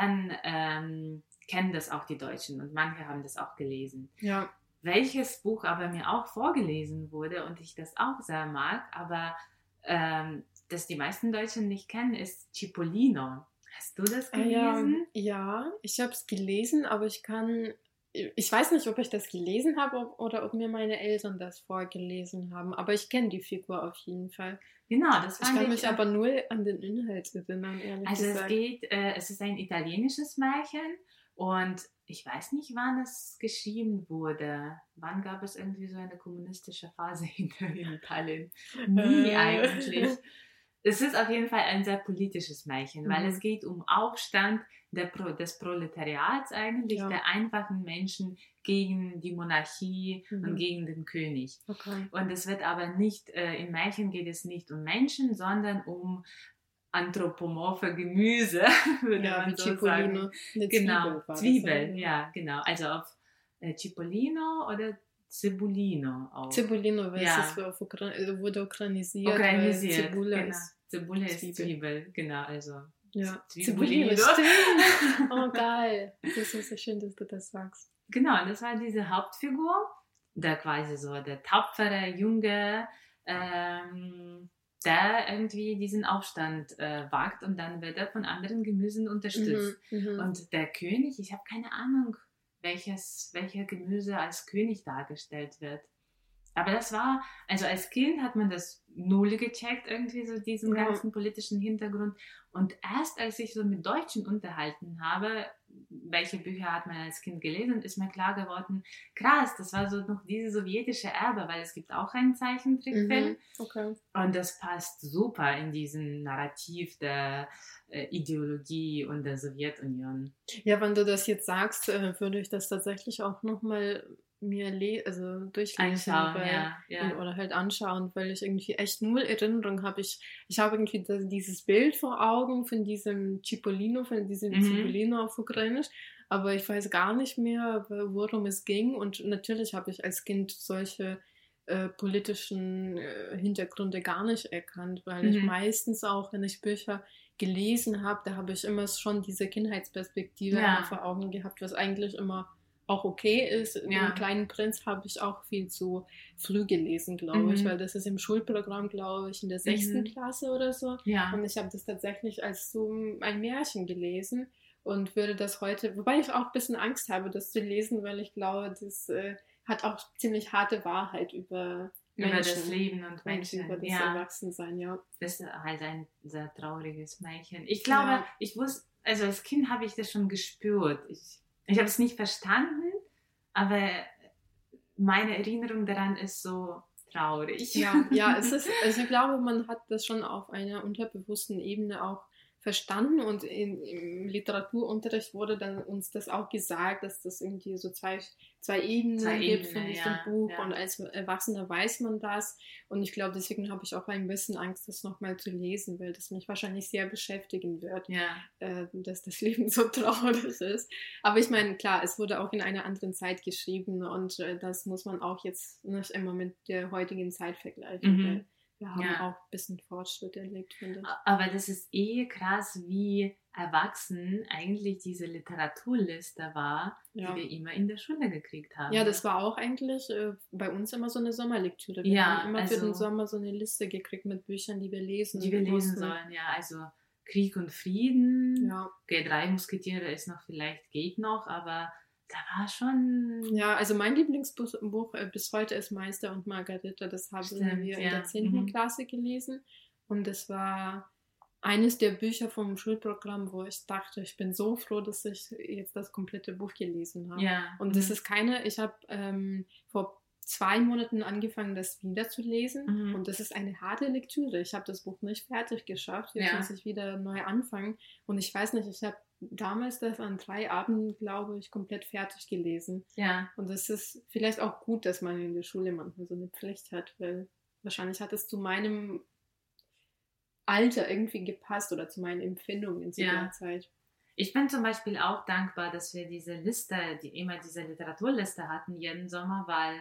dann kennen das auch die Deutschen und manche haben das auch gelesen. Ja. Welches Buch aber mir auch vorgelesen wurde und ich das auch sehr mag, aber das die meisten Deutschen nicht kennen, ist Cipollino. Hast du das gelesen? Ja, ich habe es gelesen, aber ich weiß nicht, ob ich das gelesen habe oder ob mir meine Eltern das vorgelesen haben, aber ich kenne die Figur auf jeden Fall. Genau, das fand ich. Ich kann mich aber nur an den Inhalt erinnern, ehrlich gesagt. Also es ist ein italienisches Märchen und ich weiß nicht, wann es geschrieben wurde. Wann gab es irgendwie so eine kommunistische Phase in Italien? Nie eigentlich. Es ist auf jeden Fall ein sehr politisches Märchen, weil es geht um Aufstand des Proletariats eigentlich, der einfachen Menschen gegen die Monarchie und gegen den König. Okay. Und es wird aber nicht, in Märchen geht es nicht um Menschen, sondern um anthropomorphe Gemüse, würde man so sagen. Genau, Zwiebeln, ja, genau. Also auf Cipollino oder Cebulino auch. Cebulino, weil es wurde ukranisiert. Cebula ist Zwiebel. Ist Zwiebel, genau, also Cebulino. Oh, geil. Das ist so schön, dass du das sagst. Genau, und das war diese Hauptfigur, der quasi so der tapfere Junge, der irgendwie diesen Aufstand wagt und dann wird er von anderen Gemüsen unterstützt. Und der König, ich habe keine Ahnung, welcher Gemüse als König dargestellt wird. Aber das war, also als Kind hat man das null gecheckt, irgendwie so diesen ganzen politischen Hintergrund. Und erst als ich so mit Deutschen unterhalten habe, welche Bücher hat man als Kind gelesen, ist mir klar geworden, krass, das war so noch diese sowjetische Erbe, weil es gibt auch einen Zeichentrickfilm. Und das passt super in diesen Narrativ der Ideologie und der Sowjetunion. Ja, wenn du das jetzt sagst, würde ich das tatsächlich auch nochmal mir durchlesen oder halt anschauen, weil ich irgendwie echt null Erinnerung habe. Ich habe irgendwie dieses Bild vor Augen von diesem Cipollino, Cipollino auf Ukrainisch, aber ich weiß gar nicht mehr, worum es ging und natürlich habe ich als Kind solche politischen Hintergründe gar nicht erkannt, weil ich meistens auch, wenn ich Bücher gelesen habe, da habe ich immer schon diese Kindheitsperspektive vor Augen gehabt, was eigentlich immer auch okay ist. Den Kleinen Prinz habe ich auch viel zu früh gelesen, glaube ich, weil das ist im Schulprogramm, glaube ich, in der 6. Klasse oder so. Ja. Und ich habe das tatsächlich als so ein Märchen gelesen und würde das heute, wobei ich auch ein bisschen Angst habe, das zu lesen, weil ich glaube, das hat auch ziemlich harte Wahrheit über Menschen, das Leben und Menschen. Über das Erwachsensein, ja. Das ist halt ein sehr trauriges Märchen. Ich glaube, ich wusste, also als Kind habe ich das schon gespürt. Ich habe es nicht verstanden, aber meine Erinnerung daran ist so traurig. Ja, es ist, also ich glaube, man hat das schon auf einer unterbewussten Ebene auch verstanden und im Literaturunterricht wurde dann uns das auch gesagt, dass das irgendwie so zwei Ebenen gibt von diesem Buch und als Erwachsener weiß man das und ich glaube, deswegen habe ich auch ein bisschen Angst, das nochmal zu lesen, weil das mich wahrscheinlich sehr beschäftigen wird, dass das Leben so traurig ist. Aber ich meine, klar, es wurde auch in einer anderen Zeit geschrieben und das muss man auch jetzt nicht immer mit der heutigen Zeit vergleichen, weil wir haben auch ein bisschen Fortschritt erlebt, finde ich. Aber das ist krass, wie erwachsen eigentlich diese Literaturliste war, die wir immer in der Schule gekriegt haben. Ja, das war auch eigentlich bei uns immer so eine Sommerlektüre. Wir haben immer für den Sommer so eine Liste gekriegt mit Büchern, die wir lesen sollen. Ja, also Krieg und Frieden, Drei Musketiere ist noch, vielleicht geht noch, aber da war schon... Ja, also mein Lieblingsbuch bis heute ist Meister und Margarita. Das haben wir in der 10. Klasse gelesen. Und das war eines der Bücher vom Schulprogramm, wo ich dachte, ich bin so froh, dass ich jetzt das komplette Buch gelesen habe. Ja. Und das ist ich habe vor 2 Monaten angefangen, das wieder zu lesen. Und das ist eine harte Lektüre. Ich habe das Buch nicht fertig geschafft. Jetzt muss ich wieder neu anfangen. Und ich weiß nicht, ich habe damals das an 3 Abenden, glaube ich, komplett fertig gelesen. Ja. Und es ist vielleicht auch gut, dass man in der Schule manchmal so eine Pflicht hat, weil wahrscheinlich hat es zu meinem Alter irgendwie gepasst oder zu meinen Empfindungen zu der Zeit. Ich bin zum Beispiel auch dankbar, dass wir diese Liste, immer diese Literaturliste hatten jeden Sommer, weil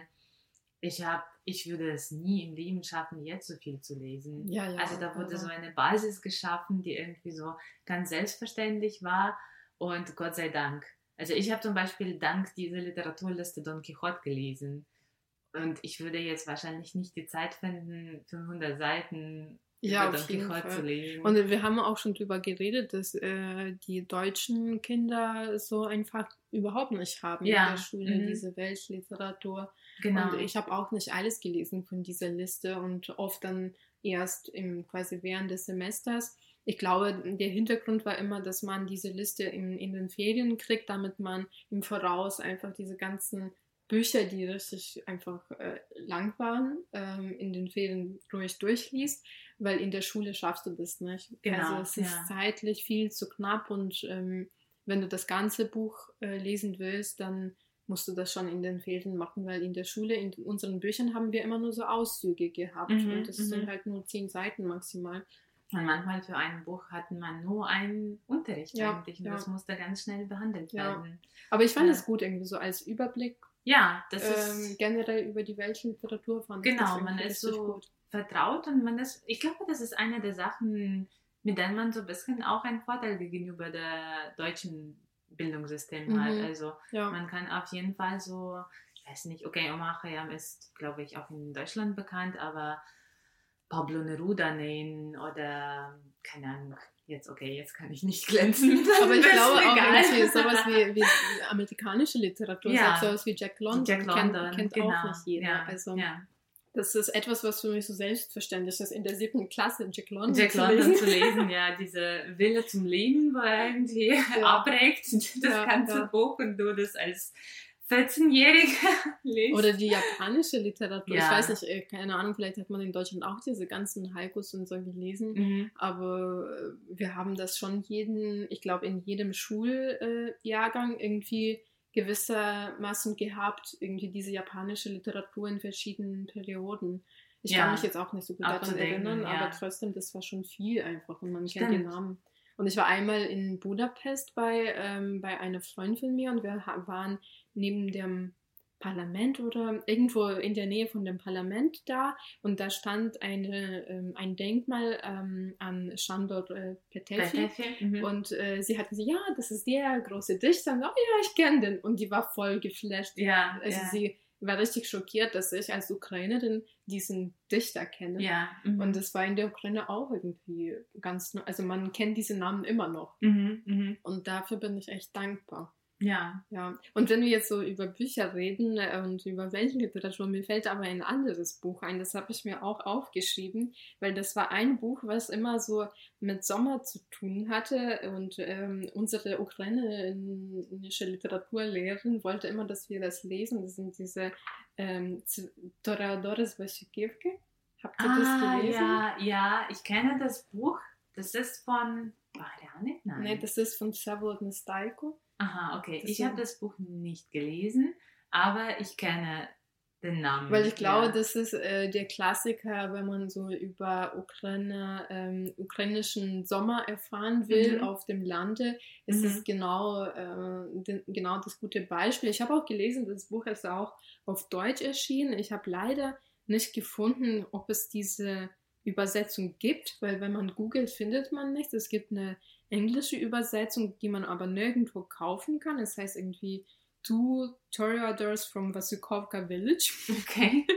ich würde es nie im Leben schaffen, jetzt so viel zu lesen. Also da wurde so eine Basis geschaffen, die irgendwie so ganz selbstverständlich war und Gott sei Dank. Also ich habe zum Beispiel dank dieser Literaturliste Don Quixote gelesen und ich würde jetzt wahrscheinlich nicht die Zeit finden, 500 Seiten über Don Quixote zu lesen. Und wir haben auch schon drüber geredet, dass die deutschen Kinder so einfach überhaupt nicht haben in der Schule, diese Weltliteratur. Genau. Und ich habe auch nicht alles gelesen von dieser Liste und oft dann erst quasi während des Semesters. Ich glaube, der Hintergrund war immer, dass man diese Liste in den Ferien kriegt, damit man im Voraus einfach diese ganzen Bücher, die richtig einfach lang waren, in den Ferien ruhig durchliest, weil in der Schule schaffst du das nicht. Genau, also es ist zeitlich viel zu knapp und wenn du das ganze Buch lesen willst, dann musst du das schon in den Ferien machen, weil in der Schule, in unseren Büchern haben wir immer nur so Auszüge gehabt und das sind halt nur 10 Seiten maximal. Und manchmal für ein Buch hatten man nur einen Unterricht eigentlich und das musste ganz schnell behandelt werden. Aber ich fand es gut irgendwie so als Überblick. Ja, das ist generell über die Weltliteratur fand ich das man ist so gut vertraut und ich glaube, das ist eine der Sachen, mit denen man so ein bisschen auch einen Vorteil gegenüber der deutschen Bildungssystem hat. Also man kann auf jeden Fall so, ich weiß nicht, okay, Omar Khayyam ist, glaube ich, auch in Deutschland bekannt, aber Pablo Neruda nennen oder, keine Ahnung, jetzt kann ich nicht glänzen. Aber ich glaube auch irgendwie sowas wie amerikanische Literatur, sowas wie Jack London, kennt auch nicht jeder. Ja, also das ist etwas, was für mich so selbstverständlich ist, in der 7. Klasse Jack London zu lesen. Diese Wille zum Leben, wo er irgendwie abreckt, das ganze Buch und du das als 14-Jähriger liest. Oder die japanische Literatur. Ich weiß nicht, keine Ahnung, vielleicht hat man in Deutschland auch diese ganzen Haikus und so gelesen, aber wir haben das schon ich glaube in jedem Schuljahrgang irgendwie gewissermaßen gehabt, irgendwie diese japanische Literatur in verschiedenen Perioden. Ich kann mich jetzt auch nicht so gut daran erinnern, aber trotzdem, das war schon viel einfach und man kennt die Namen. Und ich war einmal in Budapest bei einer Freundin von mir und wir waren neben dem Parlament oder irgendwo in der Nähe von dem Parlament da und da stand ein Denkmal an Sándor Petőfi und sie hat gesagt, ja, das ist der große Dichter und ja, ich kenne den und die war voll geflasht. Ja, also sie war richtig schockiert, dass ich als Ukrainerin diesen Dichter kenne. Ja. Und das war in der Ukraine auch irgendwie ganz, also man kennt diese Namen immer noch. Und dafür bin ich echt dankbar. Ja. Und wenn wir jetzt so über Bücher reden und über Weltliteratur, mir fällt aber ein anderes Buch ein, das habe ich mir auch aufgeschrieben, weil das war ein Buch, was immer so mit Sommer zu tun hatte und unsere ukrainische Literaturlehrerin wollte immer, dass wir das lesen. Das sind diese Toreadores Vasilkiewicz. Habt ihr das gelesen? Ja, ich kenne das Buch. Das ist von Ariane? Nein. Nee, das ist von Vsevolod Nestaiko. Aha, okay. Ich habe das Buch nicht gelesen, aber ich kenne den Namen. Weil ich glaube, das ist der Klassiker, wenn man so über ukrainischen Sommer erfahren will auf dem Lande. Es ist genau das gute Beispiel. Ich habe auch gelesen, das Buch ist auch auf Deutsch erschienen. Ich habe leider nicht gefunden, ob es diese Übersetzung gibt, weil wenn man googelt, findet man nichts. Es gibt eine englische Übersetzung, die man aber nirgendwo kaufen kann. Es heißt irgendwie Two Toreadors from Vasilkovka Village. Okay.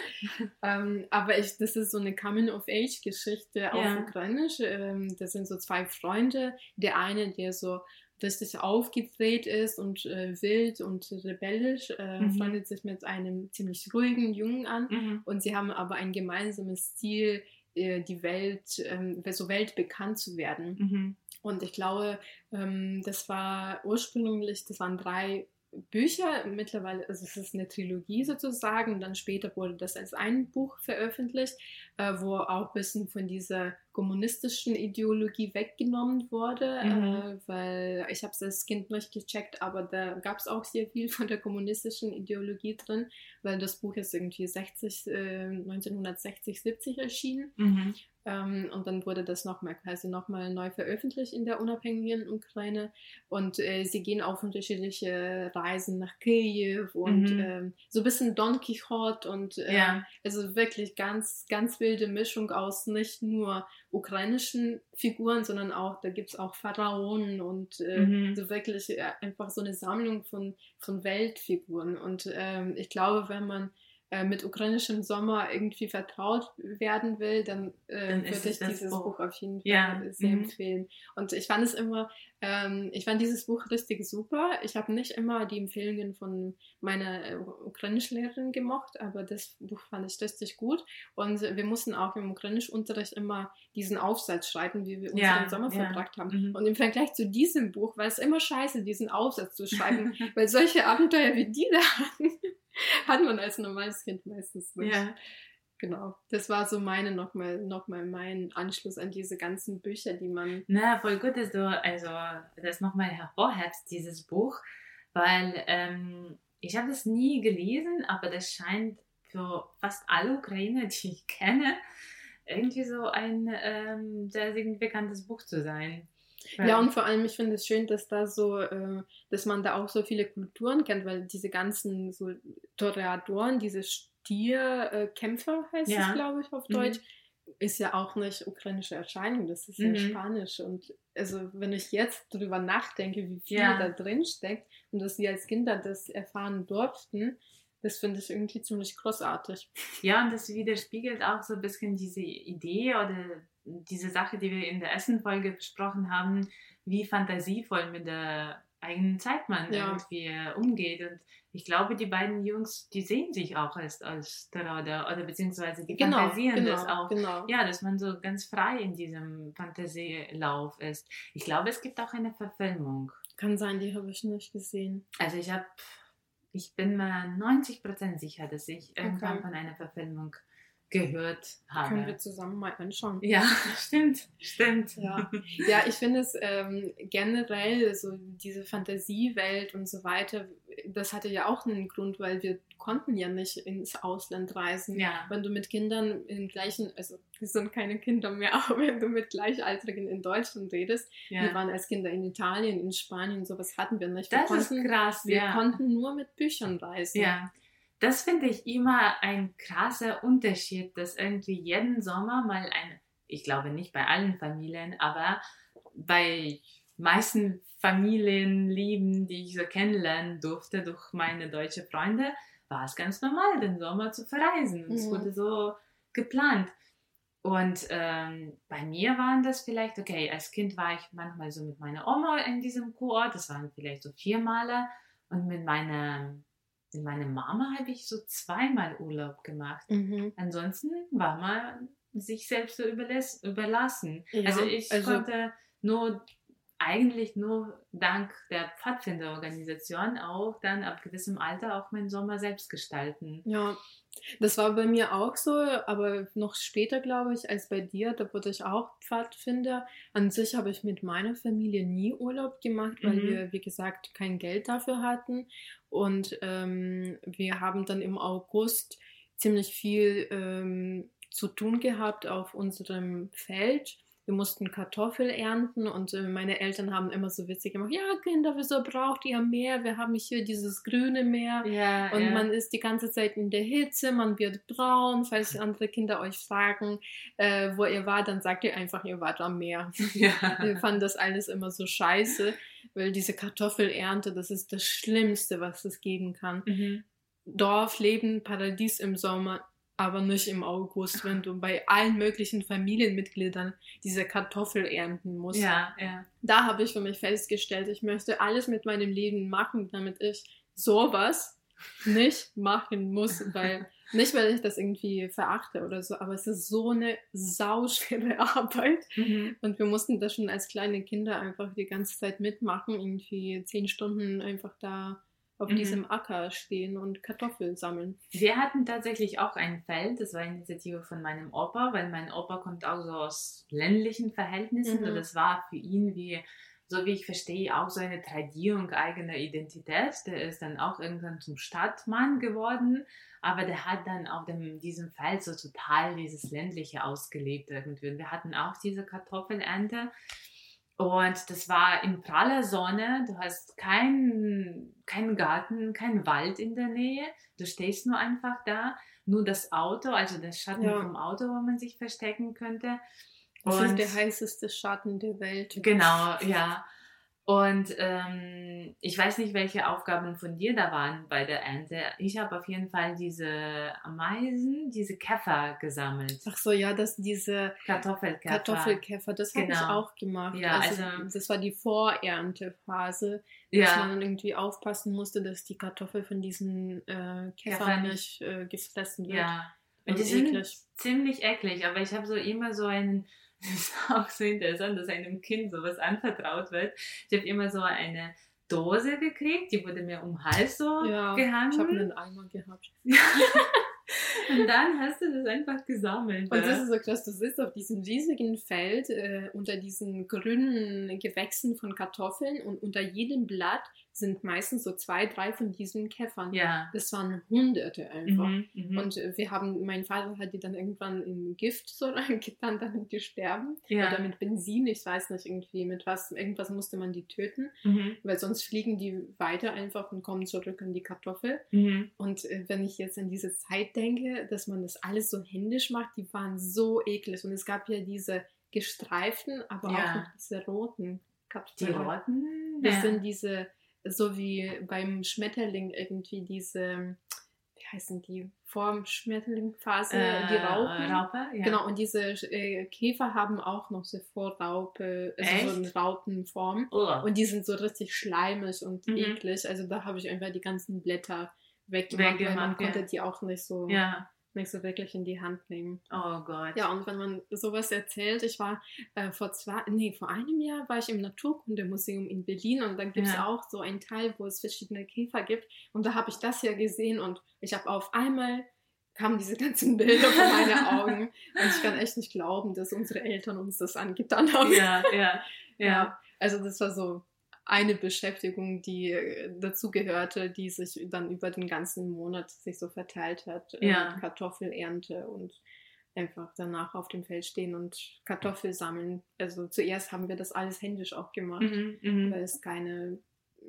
Aber das ist so eine Coming-of-Age-Geschichte auf Ukrainisch. Das sind so zwei Freunde. Der eine, der so richtig aufgedreht ist und wild und rebellisch, freundet sich mit einem ziemlich ruhigen Jungen an. Und sie haben aber ein gemeinsames Ziel, die Welt, so weltbekannt zu werden. Und ich glaube, das waren 3 Bücher, mittlerweile, also es ist eine Trilogie sozusagen, und dann später wurde das als ein Buch veröffentlicht, wo auch ein bisschen von dieser kommunistischen Ideologie weggenommen wurde, weil ich habe es als Kind nicht gecheckt, aber da gab es auch sehr viel von der kommunistischen Ideologie drin, weil das Buch ist irgendwie 1960, 70 erschienen. Und dann wurde das nochmal neu veröffentlicht in der unabhängigen Ukraine. Und sie gehen auf unterschiedliche Reisen nach Kiew und so ein bisschen Don Quixote und also wirklich ganz, ganz wilde Mischung aus nicht nur ukrainischen Figuren, sondern auch, da gibt es auch Pharaonen und so wirklich einfach so eine Sammlung von Weltfiguren. Und ich glaube, wenn man mit ukrainischem Sommer irgendwie vertraut werden will, dann würde ich dieses Buch auf jeden Fall sehr empfehlen. Und ich fand dieses Buch richtig super. Ich habe nicht immer die Empfehlungen von meiner Ukrainischlehrerin gemocht, aber das Buch fand ich richtig gut. Und wir mussten auch im Ukrainischunterricht immer diesen Aufsatz schreiben, wie wir unseren Sommer verbracht haben. Und im Vergleich zu diesem Buch war es immer scheiße, diesen Aufsatz zu schreiben, weil solche Abenteuer wie die da hatten, hat man als normales Kind meistens nicht. Ja. Genau. Das war so nochmal mein Anschluss an diese ganzen Bücher, die man... Na, voll gut, dass du das nochmal hervorhebst, dieses Buch, weil ich habe das nie gelesen, aber das scheint für fast alle Ukrainer, die ich kenne, irgendwie so ein sehr signifikantes Buch zu sein. Ja, und vor allem, ich finde es schön, dass dass man da auch so viele Kulturen kennt, weil diese ganzen so Toreadoren, diese Stierkämpfer heißt es, glaube ich, auf Deutsch, ist ja auch nicht ukrainische Erscheinung, das ist ja Spanisch. Und also wenn ich jetzt darüber nachdenke, wie viel da drin steckt und dass wir als Kinder das erfahren durften, das finde ich irgendwie ziemlich großartig. Ja, und das widerspiegelt auch so ein bisschen diese Idee oder diese Sache, die wir in der ersten Folge besprochen haben, wie fantasievoll mit der eigenen Zeit man irgendwie umgeht. Und ich glaube, die beiden Jungs, die sehen sich auch als Toreador oder beziehungsweise die fantasieren das auch. Genau. Ja, dass man so ganz frei in diesem Fantasielauf ist. Ich glaube, es gibt auch eine Verfilmung. Kann sein, die habe ich nicht gesehen. Also ich bin mir 90% sicher, dass ich irgendwann von einer Verfilmung gehört habe. Können wir zusammen mal anschauen. Ja, stimmt. Ja, ich finde es generell, so diese Fantasiewelt und so weiter, das hatte ja auch einen Grund, weil wir konnten ja nicht ins Ausland reisen. Ja. Wenn du mit Kindern im gleichen, also wir sind keine Kinder mehr, aber wenn du mit Gleichaltrigen in Deutschland redest, wir waren als Kinder in Italien, in Spanien, sowas hatten wir nicht. Das ist krass, Wir konnten nur mit Büchern reisen. Ja, das finde ich immer ein krasser Unterschied, dass irgendwie jeden Sommer mal ich glaube nicht bei allen Familien, aber bei meisten Familienleben, die ich so kennenlernen durfte durch meine deutschen Freunde, war es ganz normal, den Sommer zu verreisen. Und es wurde so geplant. Und bei mir waren das vielleicht, okay, als Kind war ich manchmal so mit meiner Oma in diesem Kurort, das waren vielleicht so 4 Male. Und mit meiner Mama habe ich so 2-mal Urlaub gemacht. Ansonsten war man sich selbst so überlassen. Ja, Also ich konnte eigentlich nur dank der Pfadfinderorganisation auch dann ab gewissem Alter auch meinen Sommer selbst gestalten. Ja, das war bei mir auch so, aber noch später, glaube ich, als bei dir, da wurde ich auch Pfadfinder. An sich habe ich mit meiner Familie nie Urlaub gemacht, weil wir, wie gesagt, kein Geld dafür hatten. Und wir haben dann im August ziemlich viel zu tun gehabt auf unserem Feld. Wir mussten Kartoffel ernten und meine Eltern haben immer so witzig gemacht, ja Kinder, wieso braucht ihr Meer? Wir haben hier dieses grüne Meer und man ist die ganze Zeit in der Hitze, man wird braun. Falls andere Kinder euch fragen, wo ihr wart, dann sagt ihr einfach, ihr wart am Meer. Ja. Wir fanden das alles immer so scheiße, weil diese Kartoffelernte, das ist das Schlimmste, was es geben kann. Dorfleben, Paradies im Sommer, aber nicht im August, wenn du bei allen möglichen Familienmitgliedern diese Kartoffel ernten musst. Ja. Da habe ich für mich festgestellt, ich möchte alles mit meinem Leben machen, damit ich sowas nicht machen muss, nicht weil ich das irgendwie verachte oder so, aber es ist so eine sauschwere Arbeit und wir mussten das schon als kleine Kinder einfach die ganze Zeit mitmachen, irgendwie 10 Stunden einfach da auf diesem Acker stehen und Kartoffeln sammeln. Wir hatten tatsächlich auch ein Feld, das war eine Initiative von meinem Opa, weil mein Opa kommt auch so aus ländlichen Verhältnissen und das war für ihn so wie ich verstehe, auch so eine Tradierung eigener Identität. Der ist dann auch irgendwann zum Stadtmann geworden, aber der hat dann auf diesem Feld so total dieses Ländliche ausgelebt irgendwie. Und wir hatten auch diese Kartoffelernte. Und das war in praller Sonne, du hast keinen Garten, keinen Wald in der Nähe, du stehst nur einfach da, nur das Auto, also der Schatten vom Auto, wo man sich verstecken könnte. Das ist der heißeste Schatten der Welt. Genau, ja. Und ich weiß nicht, welche Aufgaben von dir da waren bei der Ernte. Ich habe auf jeden Fall diese Ameisen, diese Käfer gesammelt. Ach so, ja, diese Kartoffelkäfer, das habe ich auch gemacht. Ja, also das war die Vorerntephase, dass man dann irgendwie aufpassen musste, dass die Kartoffel von diesen Käfern nicht gefressen wird. Ja, und die sind ziemlich eklig, aber ich habe so immer so das ist auch so interessant, dass einem Kind sowas anvertraut wird. Ich habe immer so eine Dose gekriegt, die wurde mir um den Hals so gehangen. Ich habe einen Eimer gehabt. Und dann hast du das einfach gesammelt. Und das ist so krass, du sitzt auf diesem riesigen Feld unter diesen grünen Gewächsen von Kartoffeln und unter jedem Blatt sind meistens so 2, 3 von diesen Käfern. Ja. Das waren Hunderte einfach. Und mein Vater hat die dann irgendwann in Gift so reingetan, damit die sterben. Ja. Oder mit Benzin, ich weiß nicht, irgendwie mit was, irgendwas musste man die töten, weil sonst fliegen die weiter einfach und kommen zurück an die Kartoffel. Und wenn ich jetzt an diese Zeit denke, dass man das alles so händisch macht, die waren so eklig. Und es gab ja diese gestreiften, aber auch noch diese roten Kartoffeln. Die roten? Das sind diese, so wie beim Schmetterling irgendwie diese, wie heißen die, Vorm-Schmetterling-Phase, die Raupen. Raupe, ja. Genau, und diese Käfer haben auch noch so Vorraupe, also so eine Raupenform. Und die sind so richtig schleimig und eklig. Also da habe ich einfach die ganzen Blätter weggemacht, weil man konnte die auch nicht so wirklich in die Hand nehmen. Oh Gott. Ja, und wenn man sowas erzählt, ich war vor einem Jahr war ich im Naturkundemuseum in Berlin und dann gibt es auch so einen Teil, wo es verschiedene Käfer gibt und da habe ich das ja gesehen und ich habe auf einmal kamen diese ganzen Bilder vor meine Augen und ich kann echt nicht glauben, dass unsere Eltern uns das angetan haben. Ja. Also das war so eine Beschäftigung, die dazugehörte, die sich dann über den ganzen Monat sich so verteilt hat. Kartoffelernte und einfach danach auf dem Feld stehen und Kartoffel sammeln. Also zuerst haben wir das alles händisch auch gemacht, weil es keine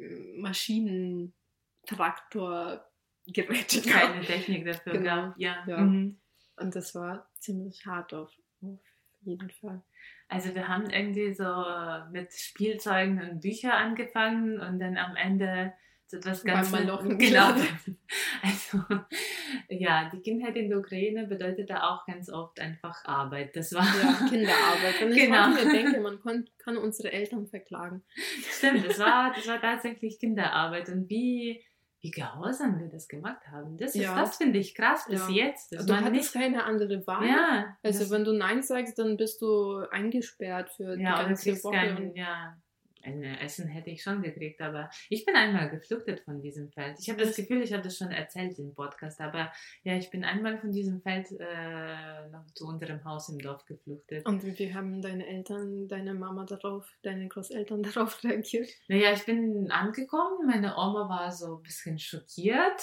Maschinentraktorgeräte gab. Keine Technik dafür gab. Ja. Und das war ziemlich hart auf jeden Fall. Also wir haben irgendwie so mit Spielzeugen und Büchern angefangen und dann am Ende so etwas ganz... Genau. Also ja, die Kindheit in der Ukraine bedeutete auch ganz oft einfach Arbeit. Das war Kinderarbeit. Wenn ich mir denke, man kann unsere Eltern verklagen. Stimmt, das war tatsächlich Kinderarbeit. Und wie gehorsam wir das gemacht haben. Das finde ich krass bis jetzt. Du hattest keine andere Wahl. Ja, also wenn du Nein sagst, dann bist du eingesperrt für die ganze Woche. Ein Essen hätte ich schon gekriegt, aber ich bin einmal geflüchtet von diesem Feld. Ich habe das Gefühl, ich habe das schon erzählt im Podcast, aber ja, ich bin einmal von diesem Feld noch zu unserem Haus im Dorf geflüchtet. Und wie haben deine Eltern, deine Mama deine Großeltern darauf reagiert? Naja, ich bin angekommen, meine Oma war so ein bisschen schockiert.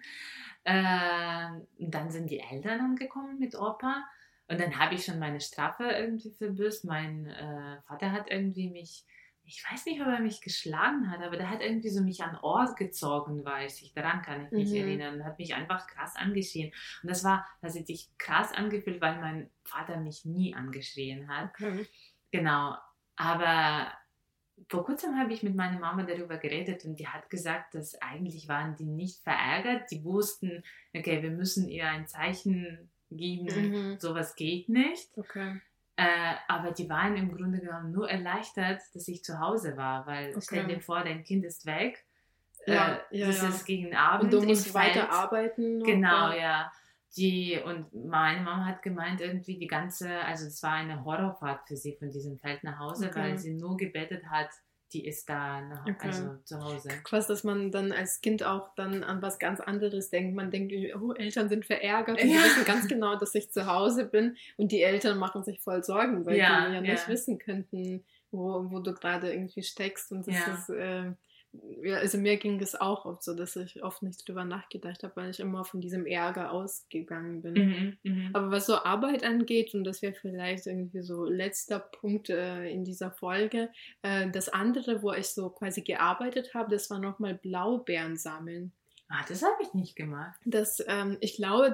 Dann sind die Eltern angekommen mit Opa und dann habe ich schon meine Strafe irgendwie verbüßt. Mein Vater hat irgendwie mich... Ich weiß nicht, ob er mich geschlagen hat, aber der hat irgendwie so mich an Ort gezogen, weiß ich. Daran kann ich mich erinnern. Hat mich einfach krass angeschrien. Und das hat sich krass angefühlt, weil mein Vater mich nie angeschrien hat. Okay. Genau. Aber vor kurzem habe ich mit meiner Mama darüber geredet und die hat gesagt, dass eigentlich waren die nicht verärgert. Die wussten, okay, wir müssen ihr ein Zeichen geben, sowas geht nicht. Okay. Aber die waren im Grunde genommen nur erleichtert, dass ich zu Hause war, weil stell dir vor, dein Kind ist weg, das ist gegen Abend und du musst weiter arbeiten. Genau, und meine Mama hat gemeint, irgendwie also es war eine Horrorfahrt für sie von diesem Feld nach Hause, weil sie nur gebetet hat, die ist da also zu Hause. Krass, dass man dann als Kind auch dann an was ganz anderes denkt. Man denkt, oh, Eltern sind verärgert und die wissen ganz genau, dass ich zu Hause bin und die Eltern machen sich voll Sorgen, weil die nicht wissen könnten, wo du gerade irgendwie steckst und das ist... also mir ging es auch oft so, dass ich oft nicht drüber nachgedacht habe, weil ich immer von diesem Ärger ausgegangen bin. Aber was so Arbeit angeht, und das wäre vielleicht irgendwie so letzter Punkt in dieser Folge, das andere, wo ich so quasi gearbeitet habe, das war nochmal Blaubeeren sammeln. Das habe ich nicht gemacht. Ich glaube,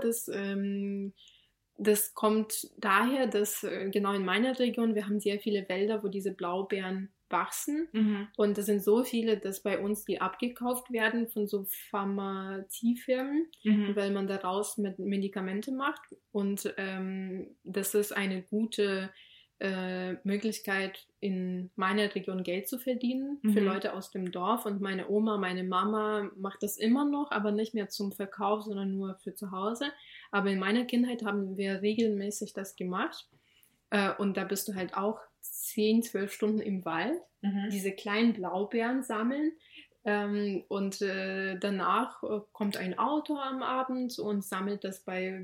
das kommt daher, dass genau in meiner Region, wir haben sehr viele Wälder, wo diese Blaubeeren wachsen und das sind so viele, dass bei uns die abgekauft werden von so Pharmaziefirmen, weil man daraus mit Medikamente macht und das ist eine gute Möglichkeit, in meiner Region Geld zu verdienen für Leute aus dem Dorf und meine Oma, meine Mama macht das immer noch, aber nicht mehr zum Verkauf, sondern nur für zu Hause. Aber in meiner Kindheit haben wir regelmäßig das gemacht und da bist du halt auch 10-12 Stunden im Wald, diese kleinen Blaubeeren sammeln und danach kommt ein Auto am Abend und sammelt das bei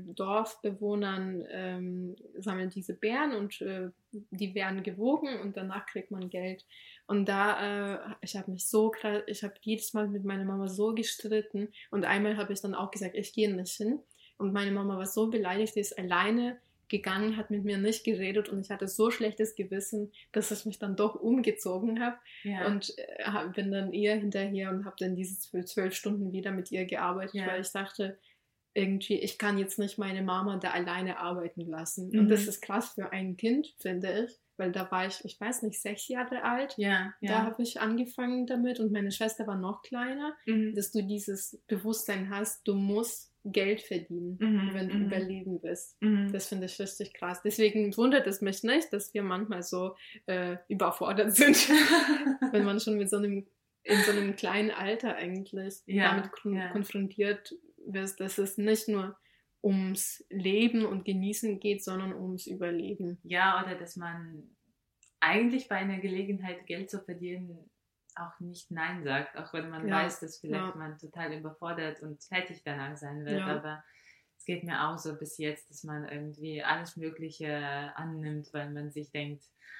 Dorfbewohnern, sammelt diese Beeren und die werden gewogen und danach kriegt man Geld. Und ich habe jedes Mal mit meiner Mama so gestritten und einmal habe ich dann auch gesagt, ich gehe nicht hin und meine Mama war so beleidigt, die ist alleine gegangen, hat mit mir nicht geredet und ich hatte so schlechtes Gewissen, dass ich mich dann doch umgezogen habe und bin dann ihr hinterher und habe dann diese 12 Stunden wieder mit ihr gearbeitet, weil ich dachte, irgendwie, ich kann jetzt nicht meine Mama da alleine arbeiten lassen. Und das ist krass für ein Kind, finde ich, weil da war ich weiß nicht, 6 Jahre alt. Da habe ich angefangen damit und meine Schwester war noch kleiner, dass du dieses Bewusstsein hast, du musst Geld verdienen, wenn du überleben willst. Das finde ich richtig krass. Deswegen wundert es mich nicht, dass wir manchmal so überfordert sind, wenn man schon in so einem kleinen Alter eigentlich damit konfrontiert wird, dass es nicht nur ums Leben und Genießen geht, sondern ums Überleben. Ja, oder dass man eigentlich bei einer Gelegenheit, Geld zu verdienen, auch nicht Nein sagt, auch wenn man weiß, dass vielleicht man total überfordert und fertig danach sein wird, aber es geht mir auch so bis jetzt, dass man irgendwie alles Mögliche annimmt, weil man sich denkt,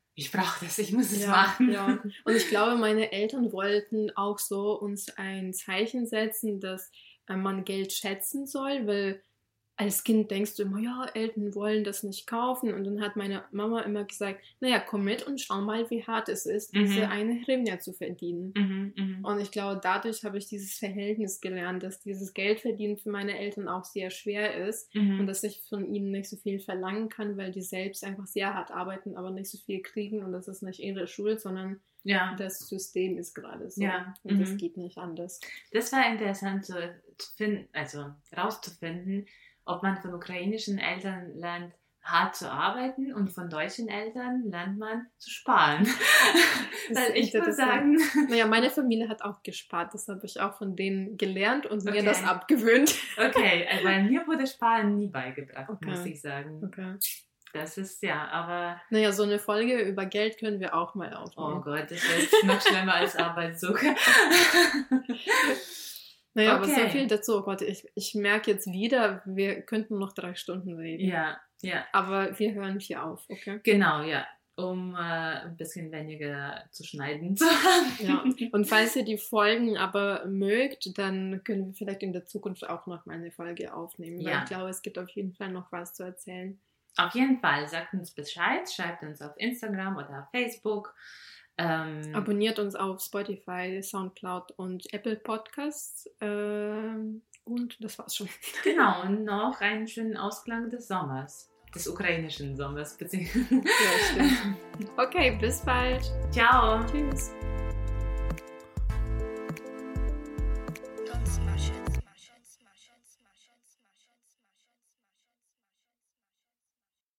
ich brauche das, ich muss es machen. Ja. Und ich glaube, meine Eltern wollten auch so uns ein Zeichen setzen, dass man Geld schätzen soll, weil als Kind denkst du immer, ja, Eltern wollen das nicht kaufen. Und dann hat meine Mama immer gesagt, naja, komm mit und schau mal, wie hart es ist, diese eine Hryvnia zu verdienen. Und ich glaube, dadurch habe ich dieses Verhältnis gelernt, dass dieses Geldverdienen für meine Eltern auch sehr schwer ist und dass ich von ihnen nicht so viel verlangen kann, weil die selbst einfach sehr hart arbeiten, aber nicht so viel kriegen. Und das ist nicht ihre Schuld, sondern das System ist gerade so. Ja. Und das geht nicht anders. Das war interessant zu finden, also rauszufinden, ob man von ukrainischen Eltern lernt, hart zu arbeiten und von deutschen Eltern lernt man zu sparen. Weil ich muss sagen... Naja, meine Familie hat auch gespart, das habe ich auch von denen gelernt und mir das abgewöhnt. Okay, weil mir wurde Sparen nie beigebracht, muss ich sagen. Okay. Das ist aber... Naja, so eine Folge über Geld können wir auch mal aufnehmen. Oh Gott, das ist noch schlimmer als Arbeitszug. Naja, aber so viel dazu. Oh Gott, ich merke jetzt wieder, wir könnten noch 3 Stunden reden. Ja. Aber wir hören hier auf, okay? Genau, ja. Um ein bisschen weniger zu schneiden zu haben. Ja. Und falls ihr die Folgen aber mögt, dann können wir vielleicht in der Zukunft auch noch mal eine Folge aufnehmen. Weil ich glaube, es gibt auf jeden Fall noch was zu erzählen. Auf jeden Fall. Sagt uns Bescheid. Schreibt uns auf Instagram oder auf Facebook. Abonniert uns auf Spotify, Soundcloud und Apple Podcasts und das war's schon. Genau, und noch einen schönen Ausklang des Sommers, des ukrainischen Sommers. Ja, stimmt. Okay, bis bald. Ciao. Tschüss.